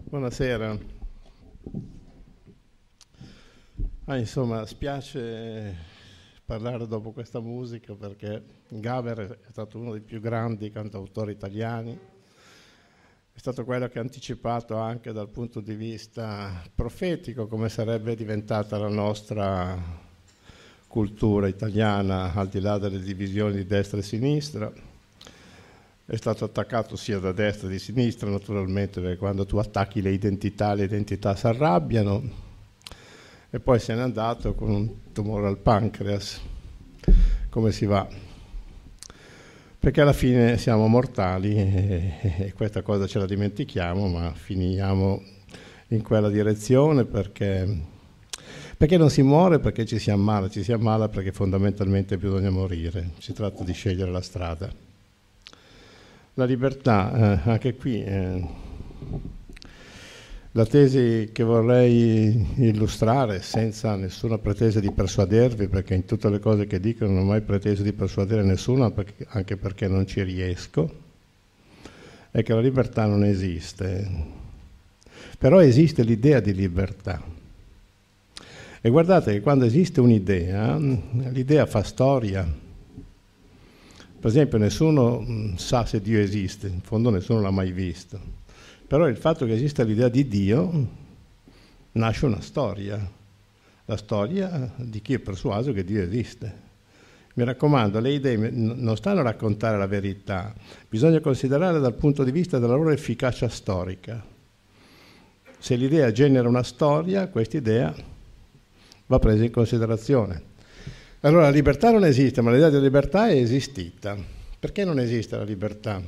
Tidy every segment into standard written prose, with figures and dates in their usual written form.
Buonasera. Insomma, spiace parlare dopo questa musica perché Gaber è stato uno dei più grandi cantautori italiani, è stato quello che ha anticipato anche dal punto di vista profetico come sarebbe diventata la nostra cultura italiana al di là delle divisioni di destra e sinistra. È stato attaccato sia da destra che di sinistra, naturalmente, perché quando tu attacchi le identità si arrabbiano, e poi se n'è andato con un tumore al pancreas. Come si va? Perché alla fine siamo mortali e questa cosa ce la dimentichiamo, ma finiamo in quella direzione perché non si muore perché ci si ammala perché fondamentalmente bisogna morire, si tratta di scegliere la strada. La libertà, anche qui, la tesi che vorrei illustrare senza nessuna pretesa di persuadervi, perché in tutte le cose che dico non ho mai preteso di persuadere nessuno, anche perché non ci riesco, è che la libertà non esiste. Però esiste l'idea di libertà. E guardate che quando esiste un'idea, l'idea fa storia. Per esempio nessuno sa se Dio esiste, in fondo nessuno l'ha mai visto, però il fatto che esista l'idea di Dio nasce una storia, la storia di chi è persuaso che Dio esiste. Mi raccomando, le idee non stanno a raccontare la verità, bisogna considerare dal punto di vista della loro efficacia storica. Se l'idea genera una storia, questa idea va presa in considerazione. Allora la libertà non esiste, ma l'idea di libertà è esistita. Perché non esiste la libertà?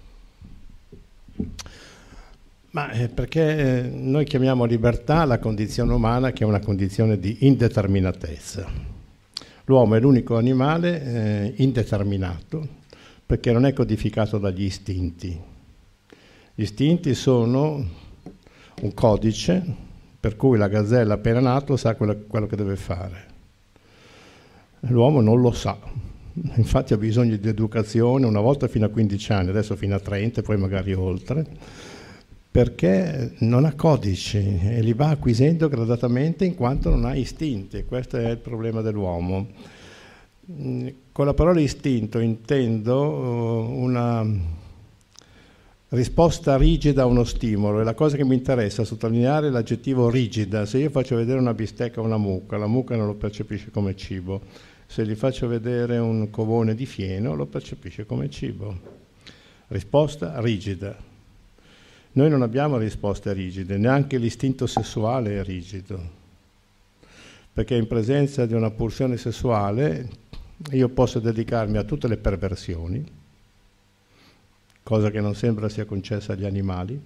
Perché noi chiamiamo libertà la condizione umana che è una condizione di indeterminatezza. L'uomo è l'unico animale indeterminato perché non è codificato dagli istinti. Gli istinti sono un codice per cui la gazzella appena nato sa quello che deve fare. L'uomo non lo sa, infatti ha bisogno di educazione, una volta fino a 15 anni, adesso fino a 30 e poi magari oltre, perché non ha codici e li va acquisendo gradatamente in quanto non ha istinti. Questo è il problema dell'uomo. Con la parola istinto intendo una risposta rigida a uno stimolo, e la cosa che mi interessa sottolineare è l'aggettivo rigida. Se io faccio vedere una bistecca a una mucca, la mucca non lo percepisce come cibo. Se gli faccio vedere un covone di fieno, lo percepisce come cibo. Risposta rigida. Noi non abbiamo risposte rigide, neanche l'istinto sessuale è rigido, perché in presenza di una pulsione sessuale io posso dedicarmi a tutte le perversioni, cosa che non sembra sia concessa agli animali.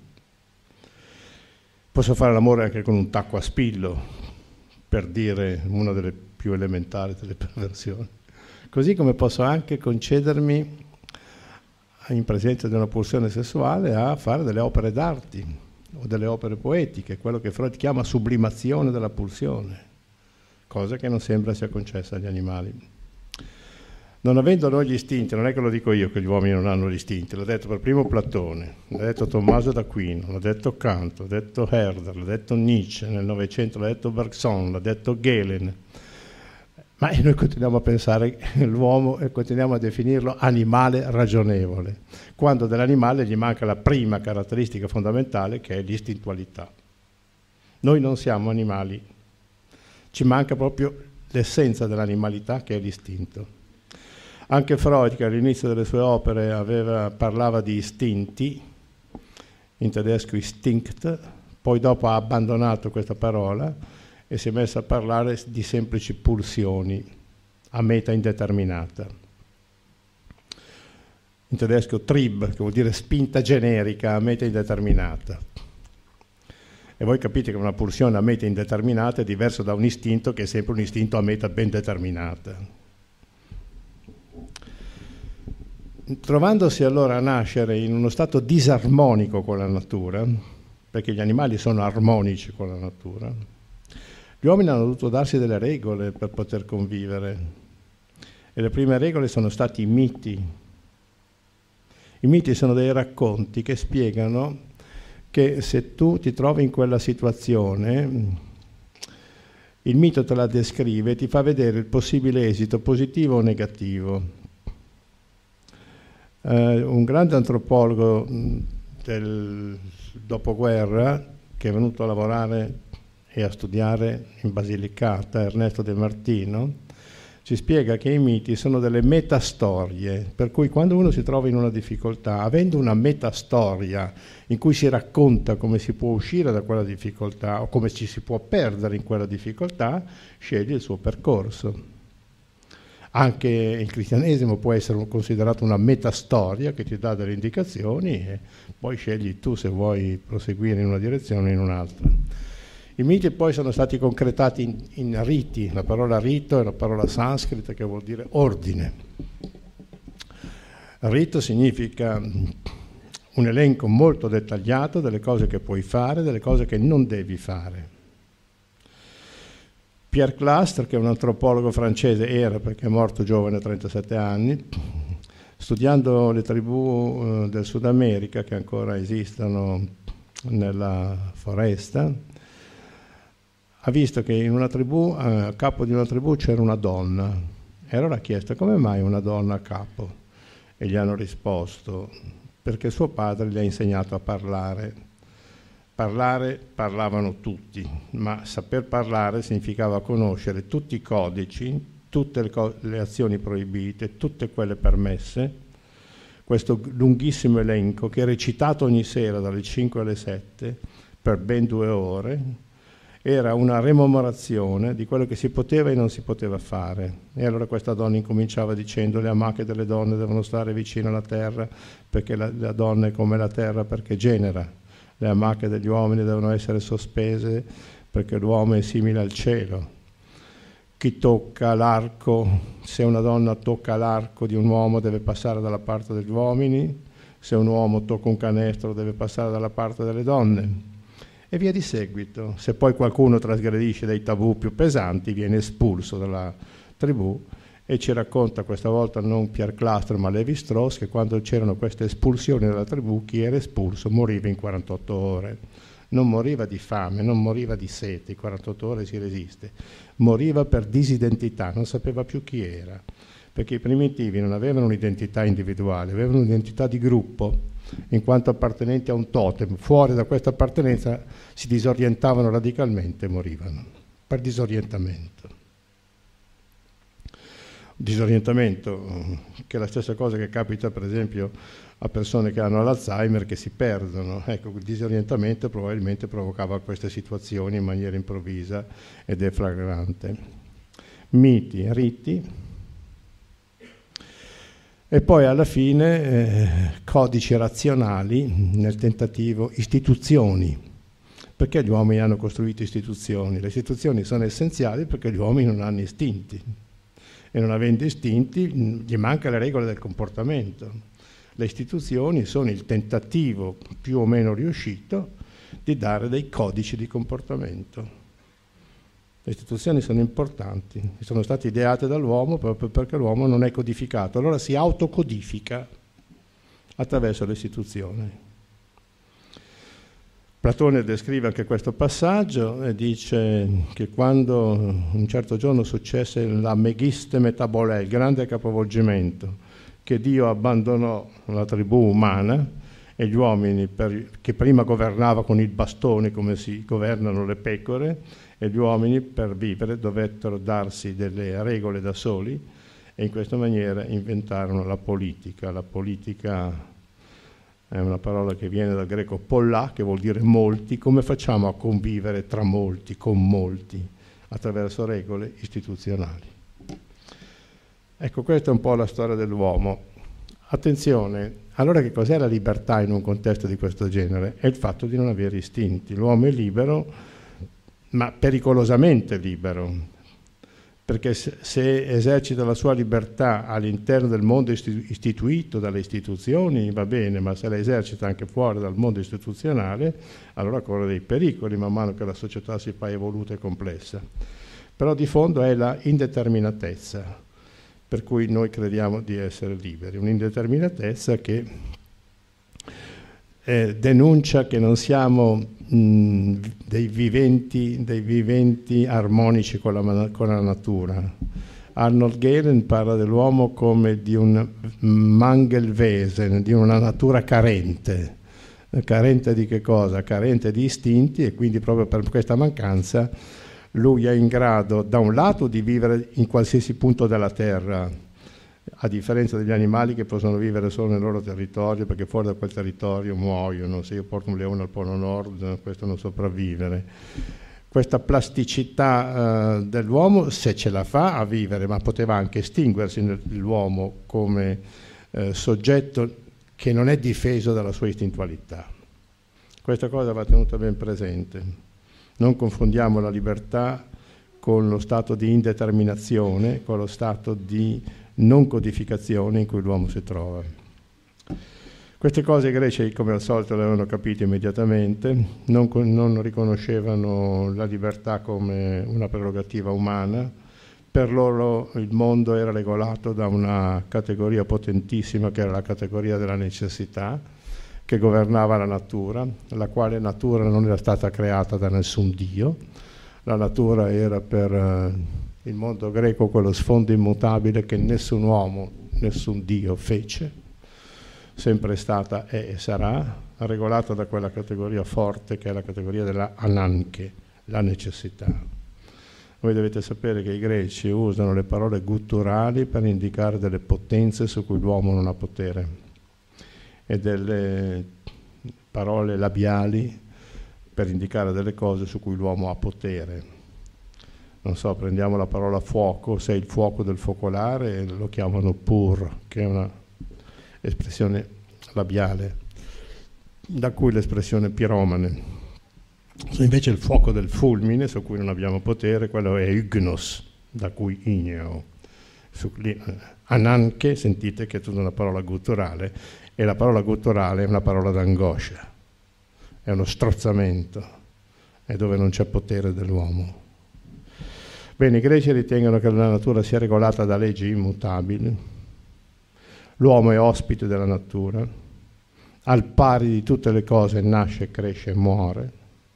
Posso fare l'amore anche con un tacco a spillo, per dire una delle più elementari delle perversioni. Così come posso anche concedermi, in presenza di una pulsione sessuale, a fare delle opere d'arte o delle opere poetiche, quello che Freud chiama sublimazione della pulsione, cosa che non sembra sia concessa agli animali. Non avendo noi gli istinti, non è che lo dico io che gli uomini non hanno gli istinti, l'ha detto per primo Platone, l'ha detto Tommaso d'Aquino, l'ha detto Kant, l'ha detto Herder, l'ha detto Nietzsche, nel Novecento l'ha detto Bergson, l'ha detto Gehlen, ma noi continuiamo a pensare l'uomo e continuiamo a definirlo animale ragionevole, quando dell'animale gli manca la prima caratteristica fondamentale che è l'istintualità. Noi non siamo animali, ci manca proprio l'essenza dell'animalità che è l'istinto. Anche Freud, che all'inizio delle sue opere parlava di istinti, in tedesco Instinct, poi dopo ha abbandonato questa parola e si è messo a parlare di semplici pulsioni a meta indeterminata. In tedesco Trieb, che vuol dire spinta generica a meta indeterminata. E voi capite che una pulsione a meta indeterminata è diversa da un istinto che è sempre un istinto a meta ben determinata. Trovandosi allora a nascere in uno stato disarmonico con la natura, perché gli animali sono armonici con la natura, gli uomini hanno dovuto darsi delle regole per poter convivere, e le prime regole sono stati i miti. I miti sono dei racconti che spiegano che se tu ti trovi in quella situazione, il mito te la descrive e ti fa vedere il possibile esito positivo o negativo. Un grande antropologo del dopoguerra che è venuto a lavorare e a studiare in Basilicata, Ernesto De Martino, ci spiega che i miti sono delle metastorie, per cui quando uno si trova in una difficoltà, avendo una metastoria in cui si racconta come si può uscire da quella difficoltà o come ci si può perdere in quella difficoltà, sceglie il suo percorso. Anche il cristianesimo può essere considerato una metastoria che ti dà delle indicazioni e poi scegli tu se vuoi proseguire in una direzione o in un'altra. I miti poi sono stati concretati in riti. La parola rito è la parola sanscrita che vuol dire ordine. Rito significa un elenco molto dettagliato delle cose che puoi fare, delle cose che non devi fare. Pierre Clastre, che è un antropologo francese, era perché è morto giovane a 37 anni, studiando le tribù del Sud America che ancora esistono nella foresta, ha visto che in una tribù, a capo di una tribù c'era una donna, e allora ha chiesto come mai una donna a capo, e gli hanno risposto perché suo padre gli ha insegnato a parlare. Parlavano tutti, ma saper parlare significava conoscere tutti i codici, tutte le azioni proibite, tutte quelle permesse, questo lunghissimo elenco che è recitato ogni sera dalle 5 alle 7 per ben 2 ore, era una rememorazione di quello che si poteva e non si poteva fare. E allora questa donna incominciava dicendo: le amache delle donne devono stare vicino alla terra perché la donna è come la terra perché genera, le amache degli uomini devono essere sospese perché l'uomo è simile al cielo, chi tocca l'arco, se una donna tocca l'arco di un uomo deve passare dalla parte degli uomini, se un uomo tocca un canestro deve passare dalla parte delle donne, e via di seguito. Se poi qualcuno trasgredisce dei tabù più pesanti viene espulso dalla tribù, e ci racconta questa volta non Pierre Clastre ma Lévi-Strauss che quando c'erano queste espulsioni dalla tribù chi era espulso moriva in 48 ore. Non moriva di fame, non moriva di sete, in 48 ore si resiste, moriva per disidentità, non sapeva più chi era, perché i primitivi non avevano un'identità individuale, avevano un'identità di gruppo, in quanto appartenenti a un totem. Fuori da questa appartenenza si disorientavano radicalmente e morivano per disorientamento. Disorientamento che è la stessa cosa che capita per esempio a persone che hanno l'Alzheimer, che si perdono. Ecco, il disorientamento probabilmente provocava queste situazioni in maniera improvvisa ed è flagrante. Miti, riti, e poi alla fine codici razionali nel tentativo, istituzioni. Perché gli uomini hanno costruito istituzioni? Le istituzioni sono essenziali perché gli uomini non hanno istinti, e non avendo istinti gli manca le regole del comportamento. Le istituzioni sono il tentativo più o meno riuscito di dare dei codici di comportamento. Le istituzioni sono importanti, sono state ideate dall'uomo proprio perché l'uomo non è codificato, allora si autocodifica attraverso le istituzioni. Platone descrive anche questo passaggio e dice che quando un certo giorno successe la Megiste Metabolè, il grande capovolgimento, che Dio abbandonò la tribù umana e gli uomini che prima governava con il bastone come si governano le pecore, e gli uomini per vivere dovettero darsi delle regole da soli, e in questa maniera inventarono la politica. La politica è una parola che viene dal greco pollà, che vuol dire molti. Come facciamo a convivere tra molti, con molti? Attraverso regole istituzionali. Ecco, questa è un po' la storia dell'uomo. Attenzione, allora che cos'è la libertà in un contesto di questo genere? È il fatto di non avere istinti. L'uomo è libero, ma pericolosamente libero, perché se esercita la sua libertà all'interno del mondo istituito dalle istituzioni va bene, ma se la esercita anche fuori dal mondo istituzionale allora corre dei pericoli man mano che la società si fa evoluta e complessa. Però di fondo è la indeterminatezza per cui noi crediamo di essere liberi, un'indeterminatezza che denuncia che non siamo dei viventi armonici con la natura. Arnold Gehlen parla dell'uomo come di un Mangelwesen, di una natura carente. Carente di che cosa? Carente di istinti, e quindi proprio per questa mancanza lui è in grado da un lato di vivere in qualsiasi punto della terra, a differenza degli animali che possono vivere solo nel loro territorio, perché fuori da quel territorio muoiono. Se io porto un leone al Polo Nord, questo non sopravvivere. Questa plasticità dell'uomo, se ce la fa a vivere, ma poteva anche estinguersi l'uomo come soggetto che non è difeso dalla sua istintualità. Questa cosa va tenuta ben presente. Non confondiamo la libertà con lo stato di indeterminazione, con lo stato di non codificazione in cui l'uomo si trova. Queste cose i greci, come al solito, le avevano capite immediatamente, non riconoscevano la libertà come una prerogativa umana. Per loro il mondo era regolato da una categoria potentissima, che era la categoria della necessità, che governava la natura, la quale natura non era stata creata da nessun dio. La natura era per il mondo greco quello sfondo immutabile che nessun uomo, nessun dio fece, sempre stata e sarà, regolata da quella categoria forte che è la categoria della ananche, la necessità. Voi dovete sapere che i greci usano le parole gutturali per indicare delle potenze su cui l'uomo non ha potere, e delle parole labiali per indicare delle cose su cui l'uomo ha potere. Non so, prendiamo la parola fuoco, se è il fuoco del focolare lo chiamano pur, che è una espressione labiale, da cui l'espressione piromane. Se invece il fuoco del fulmine, su cui non abbiamo potere, quello è ignos, da cui igneo. Ananche, sentite che è tutta una parola gutturale, e la parola gutturale è una parola d'angoscia, è uno strozzamento, è dove non c'è potere dell'uomo. Bene, i greci ritengono che la natura sia regolata da leggi immutabili, l'uomo è ospite della natura, al pari di tutte le cose nasce, cresce e muore,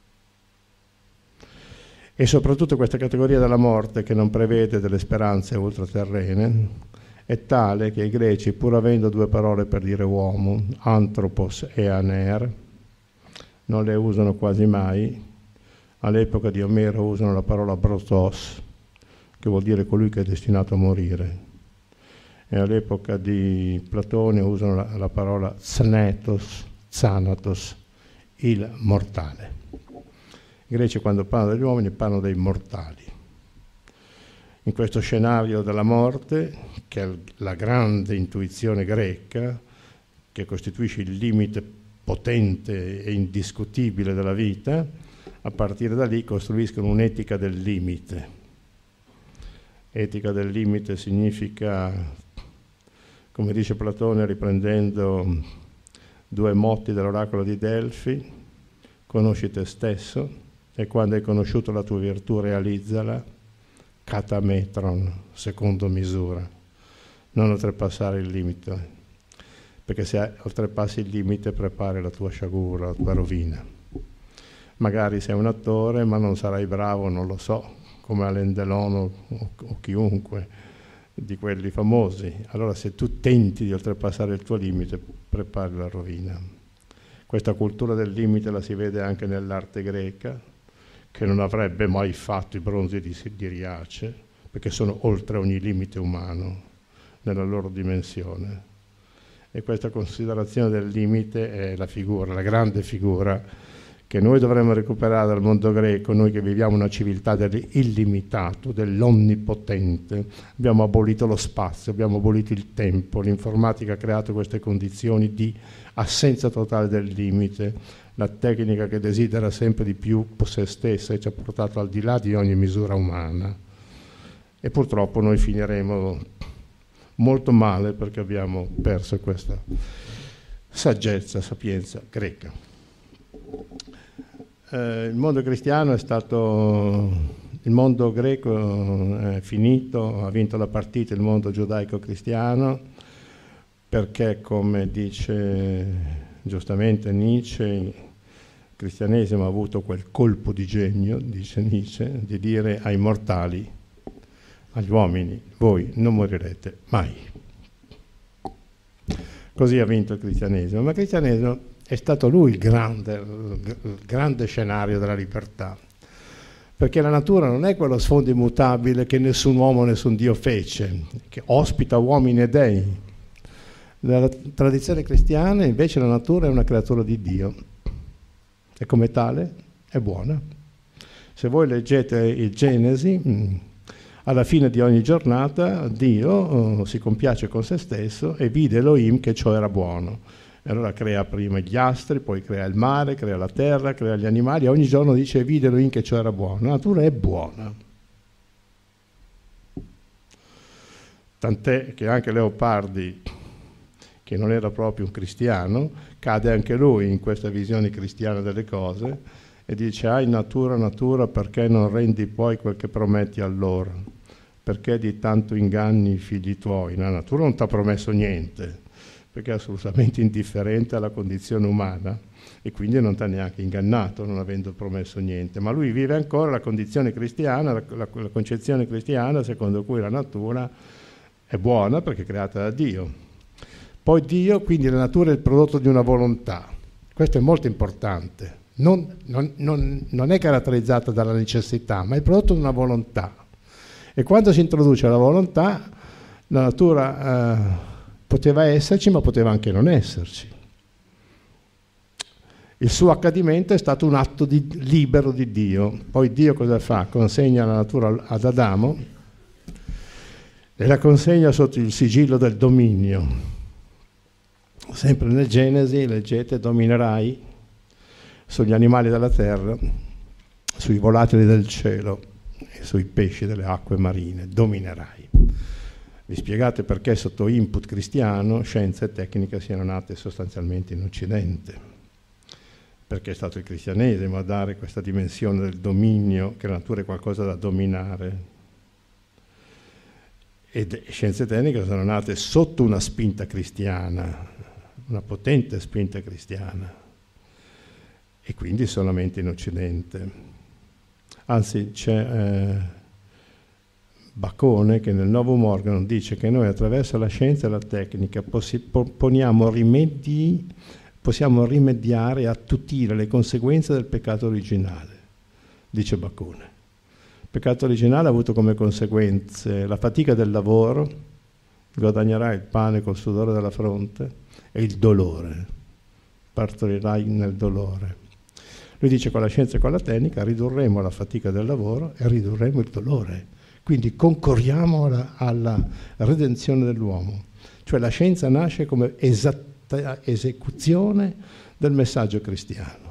e soprattutto questa categoria della morte, che non prevede delle speranze ultraterrene, è tale che i greci, pur avendo due parole per dire uomo, anthropos e aner, non le usano quasi mai. All'epoca di Omero usano la parola protos, che vuol dire colui che è destinato a morire, e all'epoca di Platone usano la parola thanatos, il mortale. I greci, quando parlano degli uomini, parlano dei mortali. In questo scenario della morte, che è la grande intuizione greca, che costituisce il limite potente e indiscutibile della vita, a partire da lì costruiscono un'etica del limite. Etica del limite significa, come dice Platone riprendendo due motti dell'oracolo di Delfi, conosci te stesso, e quando hai conosciuto la tua virtù realizzala, catametron, secondo misura, non oltrepassare il limite, perché se oltrepassi il limite prepari la tua sciagura, la tua rovina. Magari sei un attore, ma non sarai bravo, non lo so, come Alain Delon o chiunque di quelli famosi. Allora se tu tenti di oltrepassare il tuo limite, prepari la rovina. Questa cultura del limite la si vede anche nell'arte greca, che non avrebbe mai fatto i bronzi di Riace, perché sono oltre ogni limite umano nella loro dimensione. E questa considerazione del limite è la figura, la grande figura che noi dovremmo recuperare dal mondo greco, noi che viviamo una civiltà dell'illimitato, dell'onnipotente. Abbiamo abolito lo spazio, abbiamo abolito il tempo, l'informatica ha creato queste condizioni di assenza totale del limite, la tecnica che desidera sempre di più se stessa e ci ha portato al di là di ogni misura umana. E purtroppo noi finiremo molto male perché abbiamo perso questa saggezza, sapienza greca. Il mondo cristiano è stato, il mondo greco è finito, ha vinto la partita il mondo giudaico cristiano, perché come dice giustamente Nietzsche, il cristianesimo ha avuto quel colpo di genio, dice Nietzsche, di dire ai mortali, agli uomini, voi non morirete mai. Così ha vinto il cristianesimo, ma il cristianesimo è stato lui il grande scenario della libertà, perché la natura non è quello sfondo immutabile che nessun uomo, nessun Dio fece, che ospita uomini e dei. Nella tradizione cristiana invece la natura è una creatura di Dio e come tale è buona. Se voi leggete il Genesi, alla fine di ogni giornata Dio si compiace con se stesso e vide Elohim che ciò era buono. E allora crea prima gli astri, poi crea il mare, crea la terra, crea gli animali, e ogni giorno dice vide Elohim che ciò era buono. La natura è buona. Tant'è che anche Leopardi, che non era proprio un cristiano, cade anche lui in questa visione cristiana delle cose e dice natura, natura, perché non rendi poi quel che prometti a loro? Perché di tanto inganni i figli tuoi? La natura non ti ha promesso niente, perché è assolutamente indifferente alla condizione umana e quindi non ti ha neanche ingannato non avendo promesso niente, ma lui vive ancora la condizione cristiana, la concezione cristiana secondo cui la natura è buona perché è creata da Dio. Poi Dio, quindi la natura è il prodotto di una volontà, questo è molto importante, non è caratterizzata dalla necessità, ma è il prodotto di una volontà. E quando si introduce la volontà, la natura poteva esserci, ma poteva anche non esserci. Il suo accadimento è stato un atto libero di Dio. Poi Dio cosa fa? Consegna la natura ad Adamo e la consegna sotto il sigillo del dominio. Sempre nel Genesi, leggete, dominerai sugli animali della terra, sui volatili del cielo e sui pesci delle acque marine, dominerai. Vi spiegate perché sotto input cristiano scienza e tecnica siano nate sostanzialmente in Occidente, perché è stato il cristianesimo a dare questa dimensione del dominio, che la natura è qualcosa da dominare. E scienze e tecniche sono nate sotto una spinta cristiana, una potente spinta cristiana, e quindi solamente in Occidente. Anzi, c'è Bacone che nel Novum Organum dice che noi attraverso la scienza e la tecnica possiamo rimediare e attutire le conseguenze del peccato originale, dice Bacone. Il peccato originale ha avuto come conseguenze la fatica del lavoro, guadagnerai il pane col sudore della fronte, e il dolore, partorirai nel dolore. Lui dice con la scienza e con la tecnica ridurremo la fatica del lavoro e ridurremo il dolore, quindi concorriamo alla redenzione dell'uomo. Cioè la scienza nasce come esatta esecuzione del messaggio cristiano.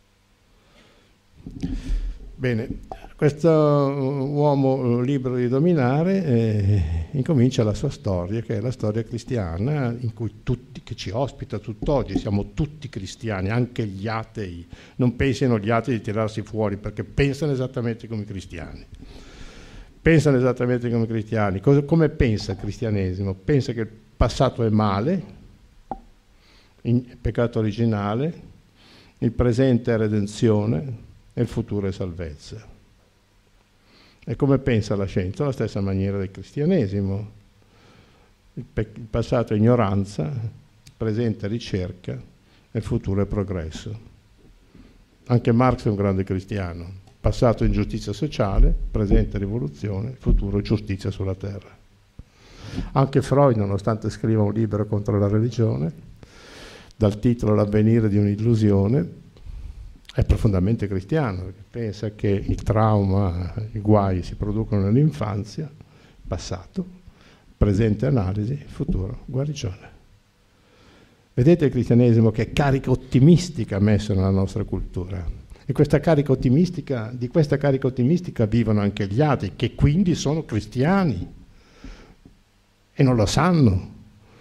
Bene, questo uomo libero di dominare incomincia la sua storia, che è la storia cristiana, in cui che ci ospita tutt'oggi, siamo tutti cristiani, anche gli atei. Non pensino gli atei di tirarsi fuori, perché pensano esattamente come i cristiani. Pensano esattamente come i cristiani. Come pensa il cristianesimo? Pensa che il passato è male, peccato originale, il presente è redenzione e il futuro è salvezza. E come pensa la scienza? Alla stessa maniera del cristianesimo. Il passato è ignoranza, il presente è ricerca e il futuro è progresso. Anche Marx è un grande cristiano. Passato ingiustizia sociale, presente rivoluzione, futuro giustizia sulla terra. Anche Freud, nonostante scriva un libro contro la religione, dal titolo L'avvenire di un'illusione, è profondamente cristiano, perché pensa che il trauma, i guai si producono nell'infanzia, passato, presente analisi, futuro guarigione. Vedete il cristianesimo che carica ottimistica ha messo nella nostra cultura, e di questa carica ottimistica vivono anche gli atei, che quindi sono cristiani e non lo sanno.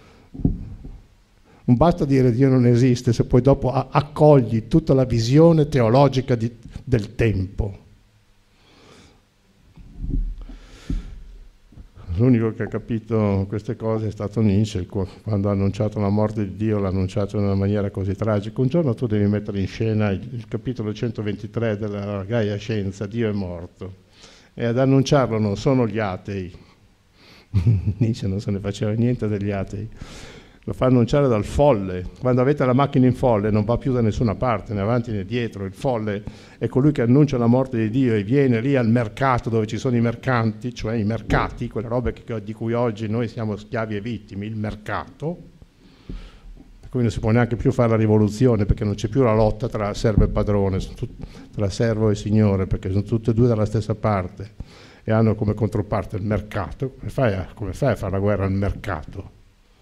Non basta dire Dio non esiste se poi dopo accogli tutta la visione teologica del tempo. l'unico che ha capito queste cose è stato Nietzsche, quando ha annunciato la morte di Dio, l'ha annunciato in una maniera così tragica. Un giorno tu devi mettere in scena il capitolo 123 della Gaia Scienza, Dio è morto, e ad annunciarlo non sono gli atei, Nietzsche non se ne faceva niente degli atei, lo fa annunciare dal folle. Quando avete la macchina in folle non va più da nessuna parte, né avanti né dietro. Il folle è colui che annuncia la morte di Dio e viene lì al mercato dove ci sono i mercanti, cioè i mercati, quelle robe di cui oggi noi siamo schiavi e vittime, il mercato, per cui non si può neanche più fare la rivoluzione, perché non c'è più la lotta tra servo e padrone, tra servo e signore, perché sono tutte e due dalla stessa parte e hanno come controparte il mercato. Come fai a fare la guerra al mercato?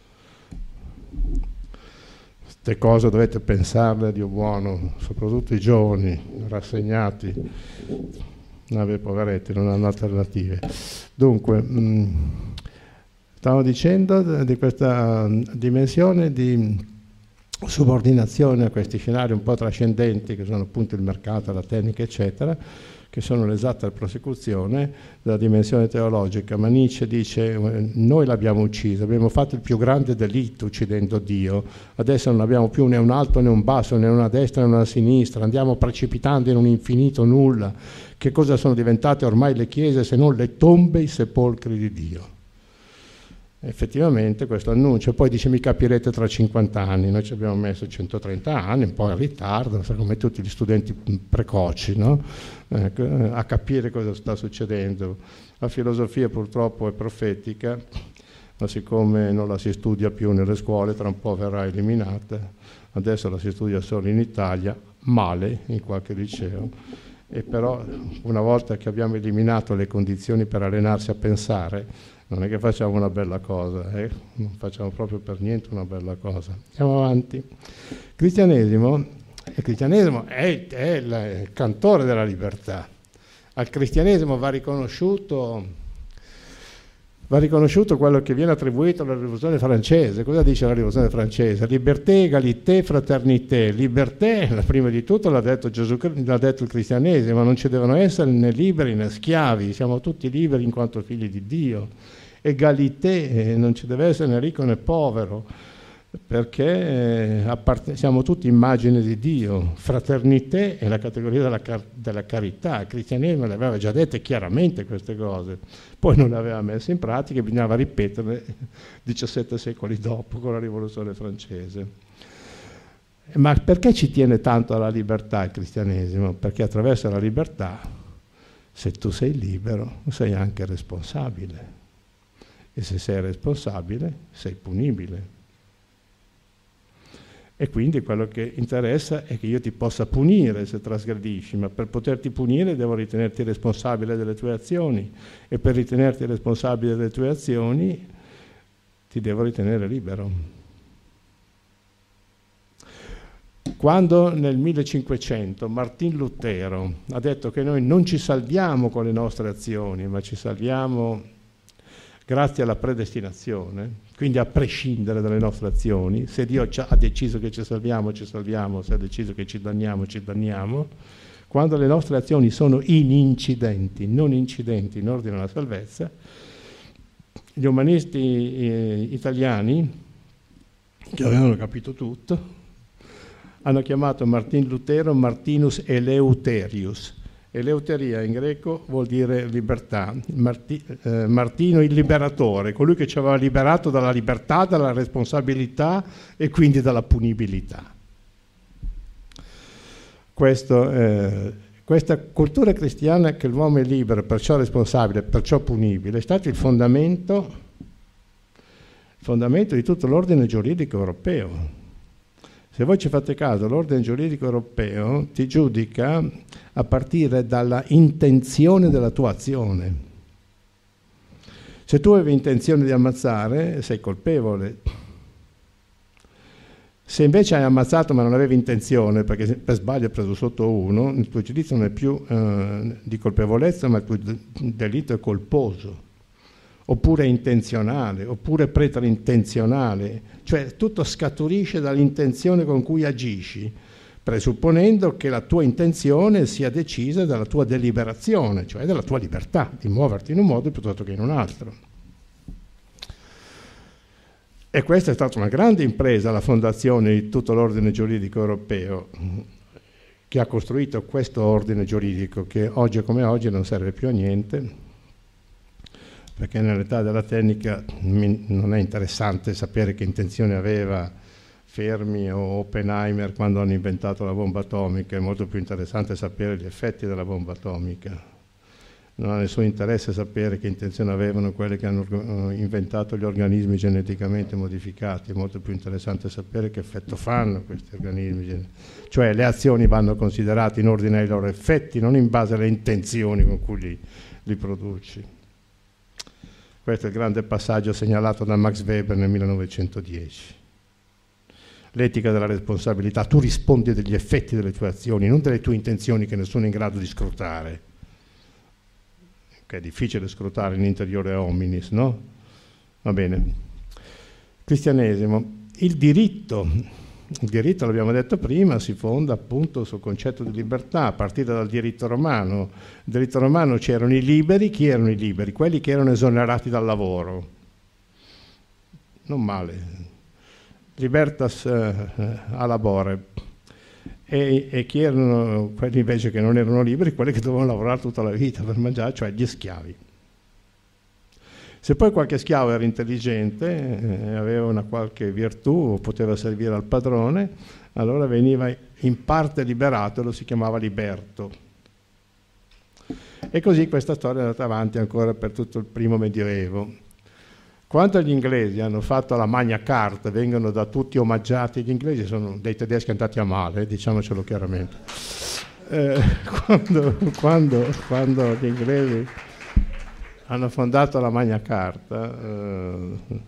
Queste cose dovete pensarle, Dio buono, soprattutto i giovani rassegnati, poveretti, non hanno alternative. Dunque, stavo dicendo di questa dimensione di subordinazione a questi scenari un po' trascendenti, che sono appunto il mercato, la tecnica, eccetera, che sono l'esatta prosecuzione della dimensione teologica. Ma Nietzsche dice: noi l'abbiamo ucciso, abbiamo fatto il più grande delitto uccidendo Dio, adesso non abbiamo più né un alto né un basso, né una destra né una sinistra, andiamo precipitando in un infinito nulla. Che cosa sono diventate ormai le chiese se non le tombe, i sepolcri di Dio? Effettivamente questo annuncio, poi dice: mi capirete tra 50 anni, noi ci abbiamo messo 130 anni, un po' in ritardo, come tutti gli studenti precoci, no? A capire cosa sta succedendo. La filosofia purtroppo è profetica, ma siccome non la si studia più nelle scuole, tra un po' verrà eliminata, adesso la si studia solo in Italia, male, in qualche liceo, e però una volta che abbiamo eliminato le condizioni per allenarsi a pensare, non è che facciamo una bella cosa, non facciamo proprio per niente una bella cosa. Andiamo avanti. Il cristianesimo è il cantore della libertà. Al cristianesimo va riconosciuto quello che viene attribuito alla rivoluzione francese. Cosa dice la rivoluzione francese? Liberté, égalité, fraternité. Liberté, prima di tutto l'ha detto Gesù, l'ha detto il cristianesimo, non ci devono essere né liberi né schiavi, siamo tutti liberi in quanto figli di Dio. Egalité, non ci deve essere né ricco né povero, perché siamo tutti immagine di Dio. Fraternité è la categoria della carità. Il cristianesimo le aveva già dette chiaramente queste cose, poi non le aveva messe in pratica e bisognava ripeterle 17 secoli dopo con la rivoluzione francese. Ma perché ci tiene tanto alla libertà il cristianesimo? Perché attraverso la libertà, se tu sei libero, sei anche responsabile. E se sei responsabile, sei punibile. E quindi quello che interessa è che io ti possa punire se trasgredisci, ma per poterti punire devo ritenerti responsabile delle tue azioni, e per ritenerti responsabile delle tue azioni ti devo ritenere libero. Quando nel 1500 Martin Lutero ha detto che noi non ci salviamo con le nostre azioni, ma ci salviamo grazie alla predestinazione, quindi a prescindere dalle nostre azioni, se Dio ha deciso che ci salviamo, ci salviamo, se ha deciso che ci danniamo, ci danniamo. Quando le nostre azioni sono inincidenti, non incidenti in ordine alla salvezza, gli umanisti italiani, che avevano capito tutto, hanno chiamato Martin Lutero Martinus Eleuterius. Eleuteria in greco vuol dire libertà. Martino il liberatore, colui che ci aveva liberato dalla libertà, dalla responsabilità e quindi dalla punibilità. Questa cultura cristiana che l'uomo è libero, perciò responsabile, perciò punibile, è stato il fondamento di tutto l'ordine giuridico europeo. Se voi ci fate caso, l'ordine giuridico europeo ti giudica a partire dalla intenzione della tua azione. Se tu avevi intenzione di ammazzare, sei colpevole. Se invece hai ammazzato ma non avevi intenzione, perché per sbaglio hai preso sotto uno, il tuo giudizio non è più di colpevolezza, ma il tuo delitto è colposo. Oppure intenzionale, oppure preterintenzionale, cioè tutto scaturisce dall'intenzione con cui agisci, presupponendo che la tua intenzione sia decisa dalla tua deliberazione, cioè dalla tua libertà di muoverti in un modo piuttosto che in un altro. E questa è stata una grande impresa, la fondazione di tutto l'ordine giuridico europeo, che ha costruito questo ordine giuridico che oggi come oggi non serve più a niente, perché nell'età della tecnica non è interessante sapere che intenzione aveva Fermi o Oppenheimer quando hanno inventato la bomba atomica, è molto più interessante sapere gli effetti della bomba atomica. Non ha nessun interesse sapere che intenzione avevano quelli che hanno inventato gli organismi geneticamente modificati, è molto più interessante sapere che effetto fanno questi organismi, cioè le azioni vanno considerate in ordine ai loro effetti, non in base alle intenzioni con cui li produci. Questo è il grande passaggio segnalato da Max Weber nel 1910. L'etica della responsabilità, tu rispondi degli effetti delle tue azioni, non delle tue intenzioni che nessuno è in grado di scrutare. Che è difficile scrutare in interiore hominis, no? Va bene. Cristianesimo. Il diritto, l'abbiamo detto prima, si fonda appunto sul concetto di libertà, a partire dal diritto romano. Nel diritto romano c'erano i liberi, chi erano i liberi? Quelli che erano esonerati dal lavoro. Non male. Libertas a labore. E chi erano quelli invece che non erano liberi, quelli che dovevano lavorare tutta la vita per mangiare, cioè gli schiavi. Se poi qualche schiavo era intelligente, aveva una qualche virtù, poteva servire al padrone, allora veniva in parte liberato e lo si chiamava liberto. E così questa storia è andata avanti ancora per tutto il primo Medioevo. Quando gli inglesi hanno fatto la Magna Carta, vengono da tutti omaggiati, gli inglesi sono dei tedeschi andati a male, diciamocelo chiaramente. Quando gli inglesi hanno fondato la Magna Carta nel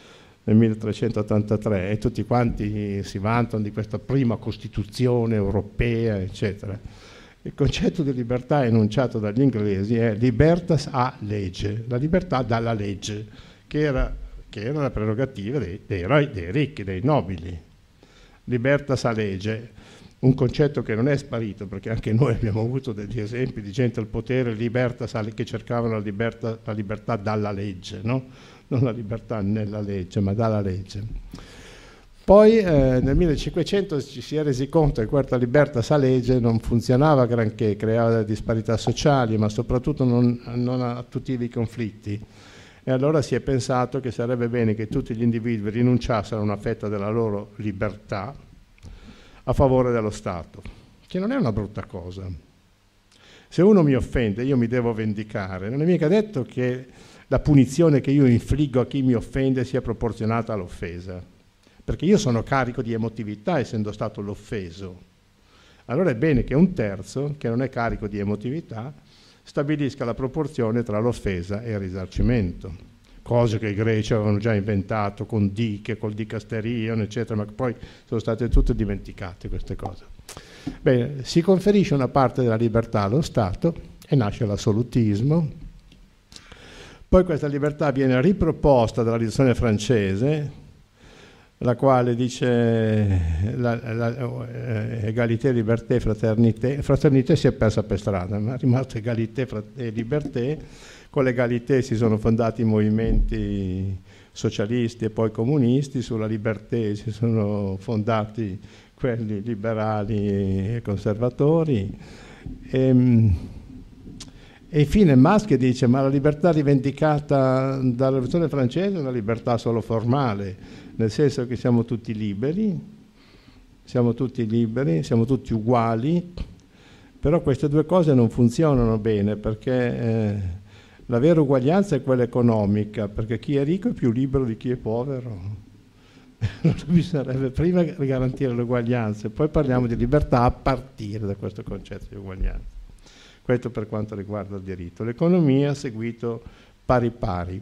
1383 e tutti quanti si vantano di questa prima Costituzione europea, eccetera, il concetto di libertà enunciato dagli inglesi è libertas a legge, la libertà dalla legge, che era la prerogativa dei ricchi, dei nobili. Libertas a legge, un concetto che non è sparito, perché anche noi abbiamo avuto degli esempi di gente al potere, che cercavano la libertà dalla legge, no? Non la libertà nella legge, ma dalla legge. Poi nel 1500 ci si è resi conto che questa libertas a legge non funzionava granché, creava delle disparità sociali, ma soprattutto non attutiva i conflitti. E allora si è pensato che sarebbe bene che tutti gli individui rinunciassero a una fetta della loro libertà a favore dello Stato, che non è una brutta cosa. Se uno mi offende, io mi devo vendicare. Non è mica detto che la punizione che io infliggo a chi mi offende sia proporzionata all'offesa, perché io sono carico di emotività essendo stato l'offeso. Allora è bene che un terzo, che non è carico di emotività, stabilisca la proporzione tra l'offesa e il risarcimento, cose che i greci avevano già inventato con Diche, col dicasterion, eccetera, ma che poi sono state tutte dimenticate queste cose. Bene, si conferisce una parte della libertà allo Stato e nasce l'assolutismo. Poi questa libertà viene riproposta dalla rivoluzione francese, la quale dice égalité, liberté, fraternité. Fraternité si è persa per strada, ma è rimasto égalité e liberté. Con l'égalité si sono fondati i movimenti socialisti e poi comunisti, sulla liberté si sono fondati quelli liberali e conservatori. E infine Maschi dice: ma la libertà rivendicata dalla rivoluzione francese è una libertà solo formale, nel senso che siamo tutti liberi, siamo tutti uguali, però queste due cose non funzionano bene, perché la vera uguaglianza è quella economica, perché chi è ricco è più libero di chi è povero. Allora bisognerebbe prima garantire l'uguaglianza e poi parliamo di libertà a partire da questo concetto di uguaglianza. Questo per quanto riguarda il diritto. L'economia ha seguito pari pari.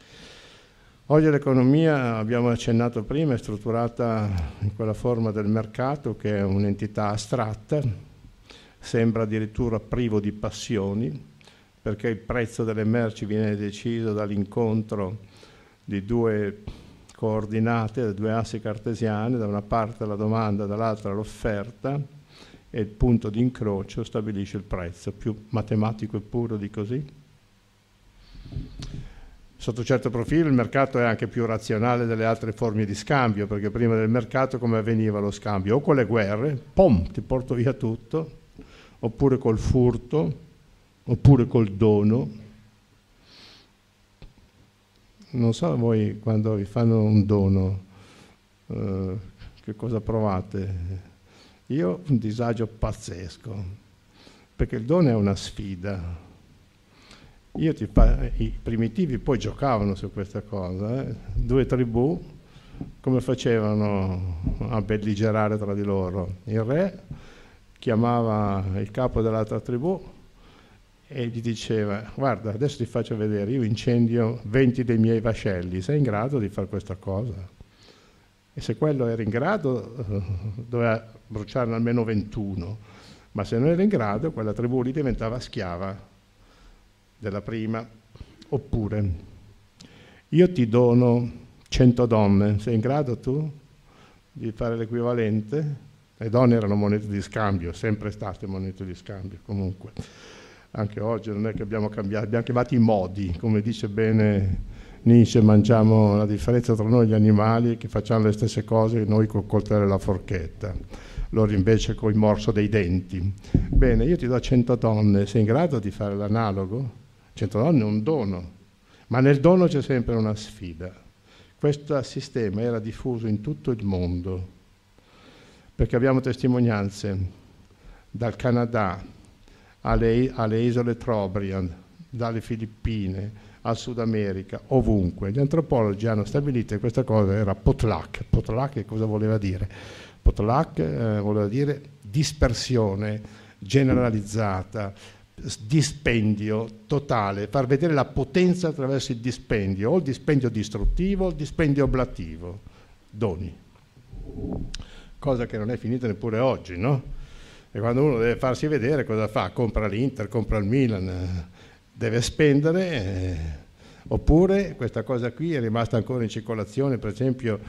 Oggi l'economia, abbiamo accennato prima, è strutturata in quella forma del mercato che è un'entità astratta, sembra addirittura privo di passioni, perché il prezzo delle merci viene deciso dall'incontro di due coordinate, da due assi cartesiane, da una parte la domanda, dall'altra l'offerta, e il punto di incrocio stabilisce il prezzo, più matematico e puro di così. Sotto certo profilo il mercato è anche più razionale delle altre forme di scambio, perché prima del mercato come avveniva lo scambio? O con le guerre, pom, ti porto via tutto, oppure col furto, oppure col dono. Non so voi quando vi fanno un dono che cosa provate? Io un disagio pazzesco, perché il dono è una sfida. I primitivi poi giocavano su questa cosa, eh? 2 tribù, come facevano a belligerare tra di loro? Il re chiamava il capo dell'altra tribù e gli diceva: guarda, adesso ti faccio vedere, io incendio 20 dei miei vascelli, sei in grado di fare questa cosa? E se quello era in grado doveva bruciarne almeno 21, ma se non era in grado quella tribù lì diventava schiava della prima. Oppure io ti dono 100 donne, sei in grado tu di fare l'equivalente? Le donne erano monete di scambio, sempre state monete di scambio comunque, anche oggi non è che abbiamo cambiato, abbiamo chiamato i modi, come dice bene Nietzsche, mangiamo, la differenza tra noi e gli animali è che facciamo le stesse cose noi col coltello e la forchetta, loro invece col morso dei denti. Bene, io ti do 100 donne, sei in grado di fare l'analogo? 100 donne è un dono, ma nel dono c'è sempre una sfida. Questo sistema era diffuso in tutto il mondo, perché abbiamo testimonianze dal Canada alle isole Trobriand, dalle Filippine al Sud America, ovunque. Gli antropologi hanno stabilito che questa cosa era potluck. Potluck che cosa voleva dire? Potluck voleva dire dispersione generalizzata, dispendio totale, far vedere la potenza attraverso il dispendio, o il dispendio distruttivo o il dispendio oblativo, doni. Cosa che non è finita neppure oggi, no? E quando uno deve farsi vedere cosa fa? Compra l'Inter, compra il Milan, deve spendere, oppure questa cosa qui è rimasta ancora in circolazione, per esempio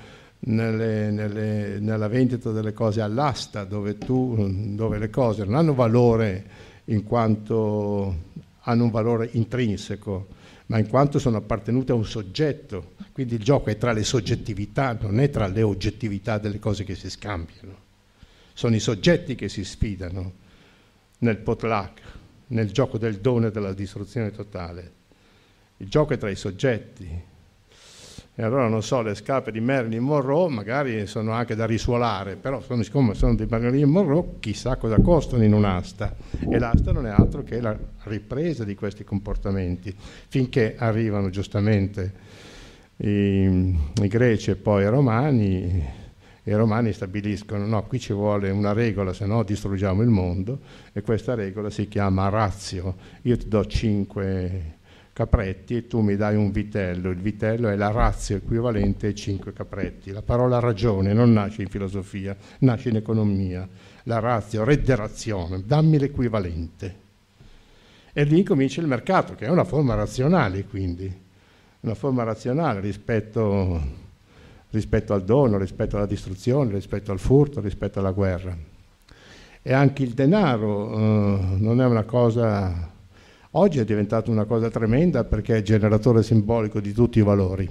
nella vendita delle cose all'asta, dove le cose non hanno valore in quanto hanno un valore intrinseco, ma in quanto sono appartenute a un soggetto. Quindi il gioco è tra le soggettività, non è tra le oggettività delle cose che si scambiano. Sono i soggetti che si sfidano nel potluck, nel gioco del dono e della distruzione totale. Il gioco è tra i soggetti. E allora, non so, le scarpe di Marilyn Monroe magari sono anche da risuolare, però siccome sono di Marilyn Monroe, chissà cosa costano in un'asta. E l'asta non è altro che la ripresa di questi comportamenti, finché arrivano giustamente i greci e poi i romani. I romani stabiliscono: no, qui ci vuole una regola, se no distruggiamo il mondo, e questa regola si chiama ratio. Io ti do 5 capretti e tu mi dai un vitello. Il vitello è la ratio equivalente ai 5 capretti. La parola ragione non nasce in filosofia, nasce in economia. La ratio, rederazione, dammi l'equivalente. E lì comincia il mercato, che è una forma razionale, quindi una forma razionale rispetto al dono, rispetto alla distruzione, rispetto al furto, rispetto alla guerra. E anche il denaro non è una cosa... Oggi è diventato una cosa tremenda perché è il generatore simbolico di tutti i valori.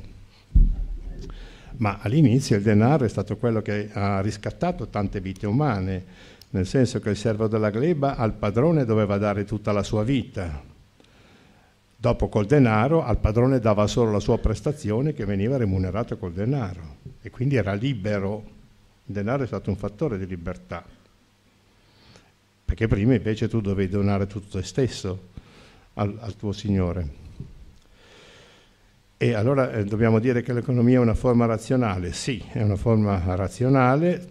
Ma all'inizio il denaro è stato quello che ha riscattato tante vite umane, nel senso che il servo della gleba al padrone doveva dare tutta la sua vita. Dopo col denaro al padrone dava solo la sua prestazione che veniva remunerata col denaro e quindi era libero. Il denaro è stato un fattore di libertà, perché prima invece tu dovevi donare tutto te stesso al tuo signore. E allora dobbiamo dire che l'economia è una forma razionale. Sì, è una forma razionale.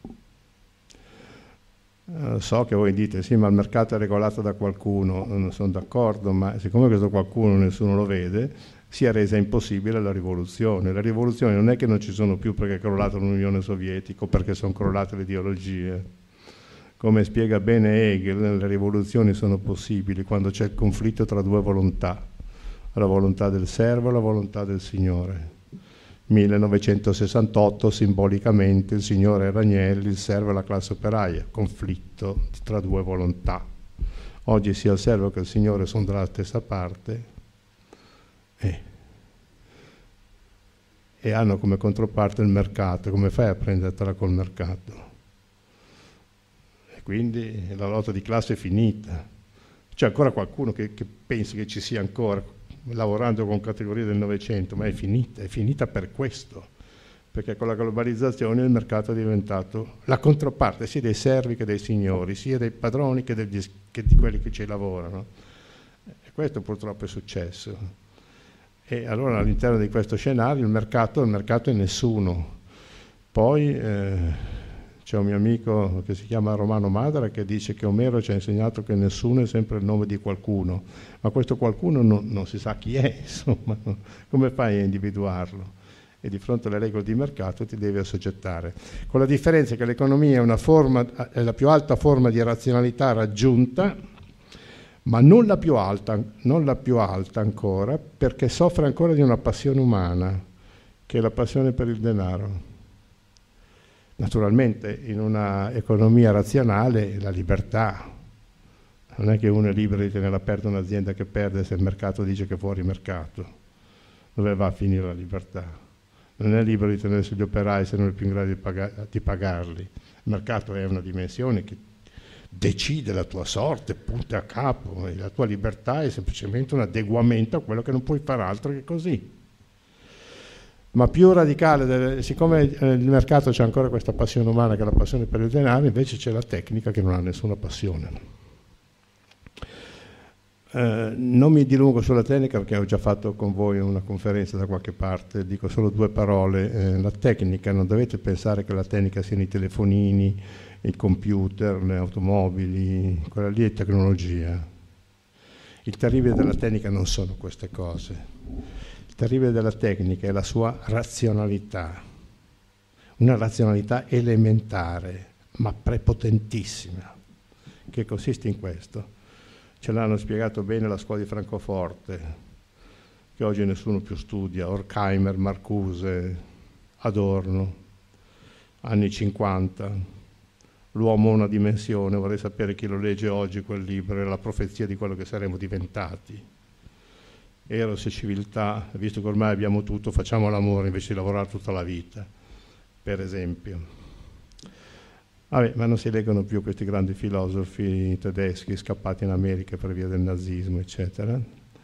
So che voi dite sì, ma il mercato è regolato da qualcuno. Non sono d'accordo, ma siccome questo qualcuno nessuno lo vede, si è resa impossibile la rivoluzione. La rivoluzione non è che non ci sono più perché è crollata l'Unione Sovietica o perché sono crollate le ideologie. Come spiega bene Hegel, le rivoluzioni sono possibili quando c'è il conflitto tra 2 volontà, la volontà del servo e la volontà del signore. 1968, simbolicamente, il signore era Agnelli, il servo e la classe operaia, conflitto tra 2 volontà. Oggi sia il servo che il signore sono dalla stessa parte. e hanno come controparte il mercato. Come fai a prendertela col mercato? E quindi la lotta di classe è finita. C'è ancora qualcuno che pensi che ci sia ancora lavorando con categorie del Novecento, ma è finita per questo, perché con la globalizzazione il mercato è diventato la controparte sia dei servi che dei signori, sia dei padroni che di quelli che ci lavorano. E questo purtroppo è successo. E allora all'interno di questo scenario il mercato è nessuno. Poi c'è un mio amico che si chiama Romano Madara che dice che Omero ci ha insegnato che nessuno è sempre il nome di qualcuno, ma questo qualcuno non si sa chi è, insomma, come fai a individuarlo? E di fronte alle regole di mercato ti devi assoggettare. Con la differenza che l'economia è la più alta forma di razionalità raggiunta, ma non la più alta ancora, perché soffre ancora di una passione umana, che è la passione per il denaro. Naturalmente in una economia razionale la libertà, non è che uno è libero di tenere aperta un'azienda che perde se il mercato dice che è fuori mercato. Dove va a finire la libertà? Non è libero di tenere sugli operai se non è più in grado di pagarli. Il mercato è una dimensione che decide la tua sorte, punta a capo, e la tua libertà è semplicemente un adeguamento a quello che non puoi fare altro che così. Ma più radicale, siccome il mercato c'è ancora questa passione umana che è la passione per il denaro, invece c'è la tecnica che non ha nessuna passione. Non mi dilungo sulla tecnica perché ho già fatto con voi una conferenza da qualche parte, dico solo due parole. La tecnica, non dovete pensare che la tecnica siano i telefonini, i computer, le automobili, quella lì è tecnologia. Il terribile della tecnica non sono queste cose. Il terribile della tecnica è la sua razionalità, una razionalità elementare, ma prepotentissima, che consiste in questo. Ce l'hanno spiegato bene la scuola di Francoforte, che oggi nessuno più studia, Horkheimer, Marcuse, Adorno, anni 50, l'uomo ha una dimensione, vorrei sapere chi lo legge oggi quel libro, è la profezia di quello che saremo diventati. Eros e civiltà, visto che ormai abbiamo tutto, facciamo l'amore invece di lavorare tutta la vita, per esempio. Vabbè, ma non si leggono più questi grandi filosofi tedeschi scappati in America per via del nazismo, eccetera.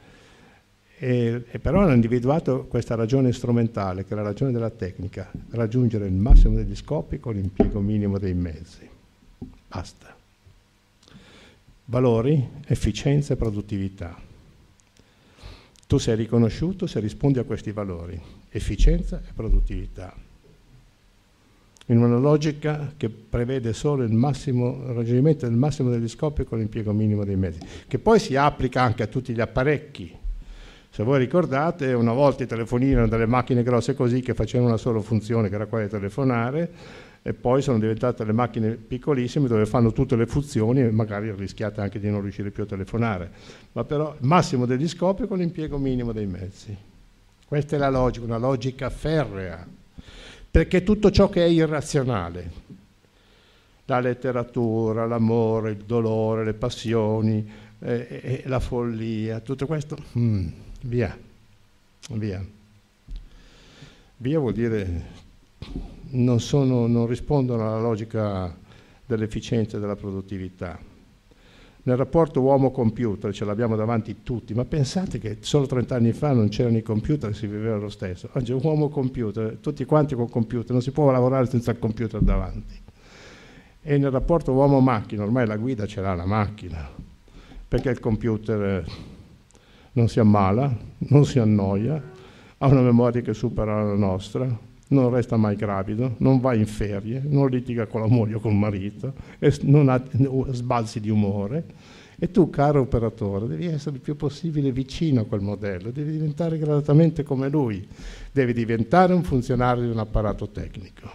E però hanno individuato questa ragione strumentale, che è la ragione della tecnica, raggiungere il massimo degli scopi con l'impiego minimo dei mezzi. Basta. Valori, efficienza e produttività. Tu sei riconosciuto se rispondi a questi valori, efficienza e produttività, in una logica che prevede solo il raggiungimento del massimo degli scopi con l'impiego minimo dei mezzi, che poi si applica anche a tutti gli apparecchi. Se voi ricordate, una volta i telefonini erano delle macchine grosse così che facevano una sola funzione, che era quella di telefonare, e poi sono diventate le macchine piccolissime dove fanno tutte le funzioni e magari rischiate anche di non riuscire più a telefonare. Ma però il massimo degli scopi con l'impiego minimo dei mezzi. Questa è la logica, una logica ferrea, perché tutto ciò che è irrazionale, la letteratura, l'amore, il dolore, le passioni, la follia, tutto questo, via. Via vuol dire non rispondono alla logica dell'efficienza e della produttività. Nel rapporto uomo-computer ce l'abbiamo davanti tutti, ma pensate che solo 30 anni fa non c'erano i computer e si viveva lo stesso. Oggi è uomo-computer, tutti quanti con computer, non si può lavorare senza il computer davanti. E nel rapporto uomo-macchina ormai la guida ce l'ha la macchina, perché il computer non si ammala, non si annoia, ha una memoria che supera la nostra, non resta mai gravido, non va in ferie, non litiga con la moglie o col marito, non ha sbalzi di umore. E tu, caro operatore, devi essere il più possibile vicino a quel modello, devi diventare gradatamente come lui, devi diventare un funzionario di un apparato tecnico.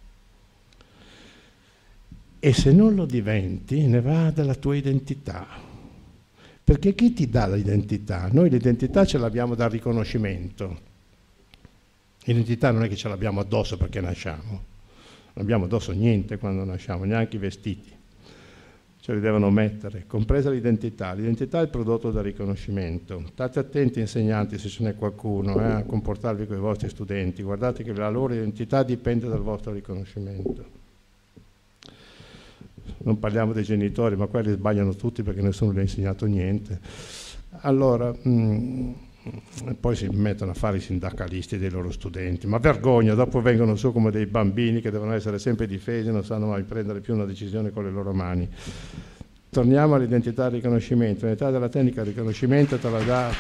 E se non lo diventi, ne va della tua identità. Perché chi ti dà l'identità? Noi l'identità ce l'abbiamo dal riconoscimento. L'identità non è che ce l'abbiamo addosso perché nasciamo, non abbiamo addosso niente quando nasciamo, neanche i vestiti. ce li devono mettere, compresa l'identità. L'identità è il prodotto del riconoscimento. State attenti, insegnanti, se ce n'è qualcuno, a comportarvi con i vostri studenti. Guardate che la loro identità dipende dal vostro riconoscimento. Non parliamo dei genitori, ma quelli sbagliano tutti perché nessuno gli ha insegnato niente. Allora, poi si mettono a fare i sindacalisti dei loro studenti, ma vergogna, dopo vengono su come dei bambini che devono essere sempre difesi, non sanno mai prendere più una decisione con le loro mani. Torniamo all'identità del riconoscimento. L'identità della tecnica, il riconoscimento te lo dà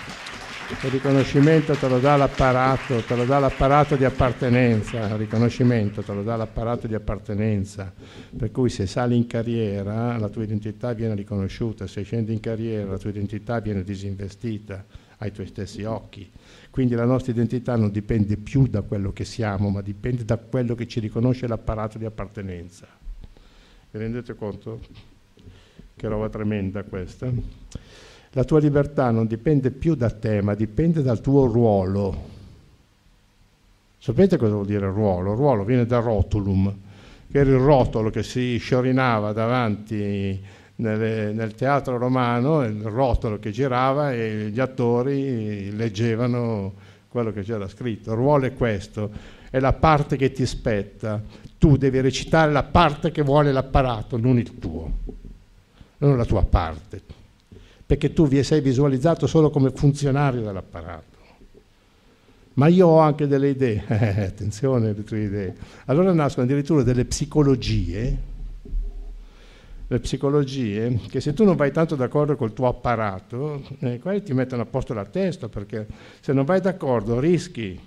l'apparato, te lo dà l'apparato di appartenenza, il riconoscimento te lo dà l'apparato di appartenenza, per cui se sali in carriera la tua identità viene riconosciuta, se scendi in carriera la tua identità viene disinvestita ai tuoi stessi occhi. Quindi la nostra identità non dipende più da quello che siamo, ma dipende da quello che ci riconosce l'apparato di appartenenza. Vi rendete conto? Che roba tremenda questa. La tua libertà non dipende più da te, ma dipende dal tuo ruolo. Sapete cosa vuol dire ruolo? Ruolo viene da rotulum, che era il rotolo che si sciorinava davanti nel teatro romano, il rotolo che girava e gli attori leggevano quello che c'era scritto. Il ruolo è questo, è la parte che ti spetta. Tu devi recitare la parte che vuole l'apparato, non il tuo, non la tua parte, perché tu sei visualizzato solo come funzionario dell'apparato. Ma io ho anche delle idee, attenzione alle tue idee. Allora nascono addirittura delle psicologie, le psicologie, che se tu non vai tanto d'accordo col tuo apparato, quelli ti mettono a posto la testa, perché se non vai d'accordo rischi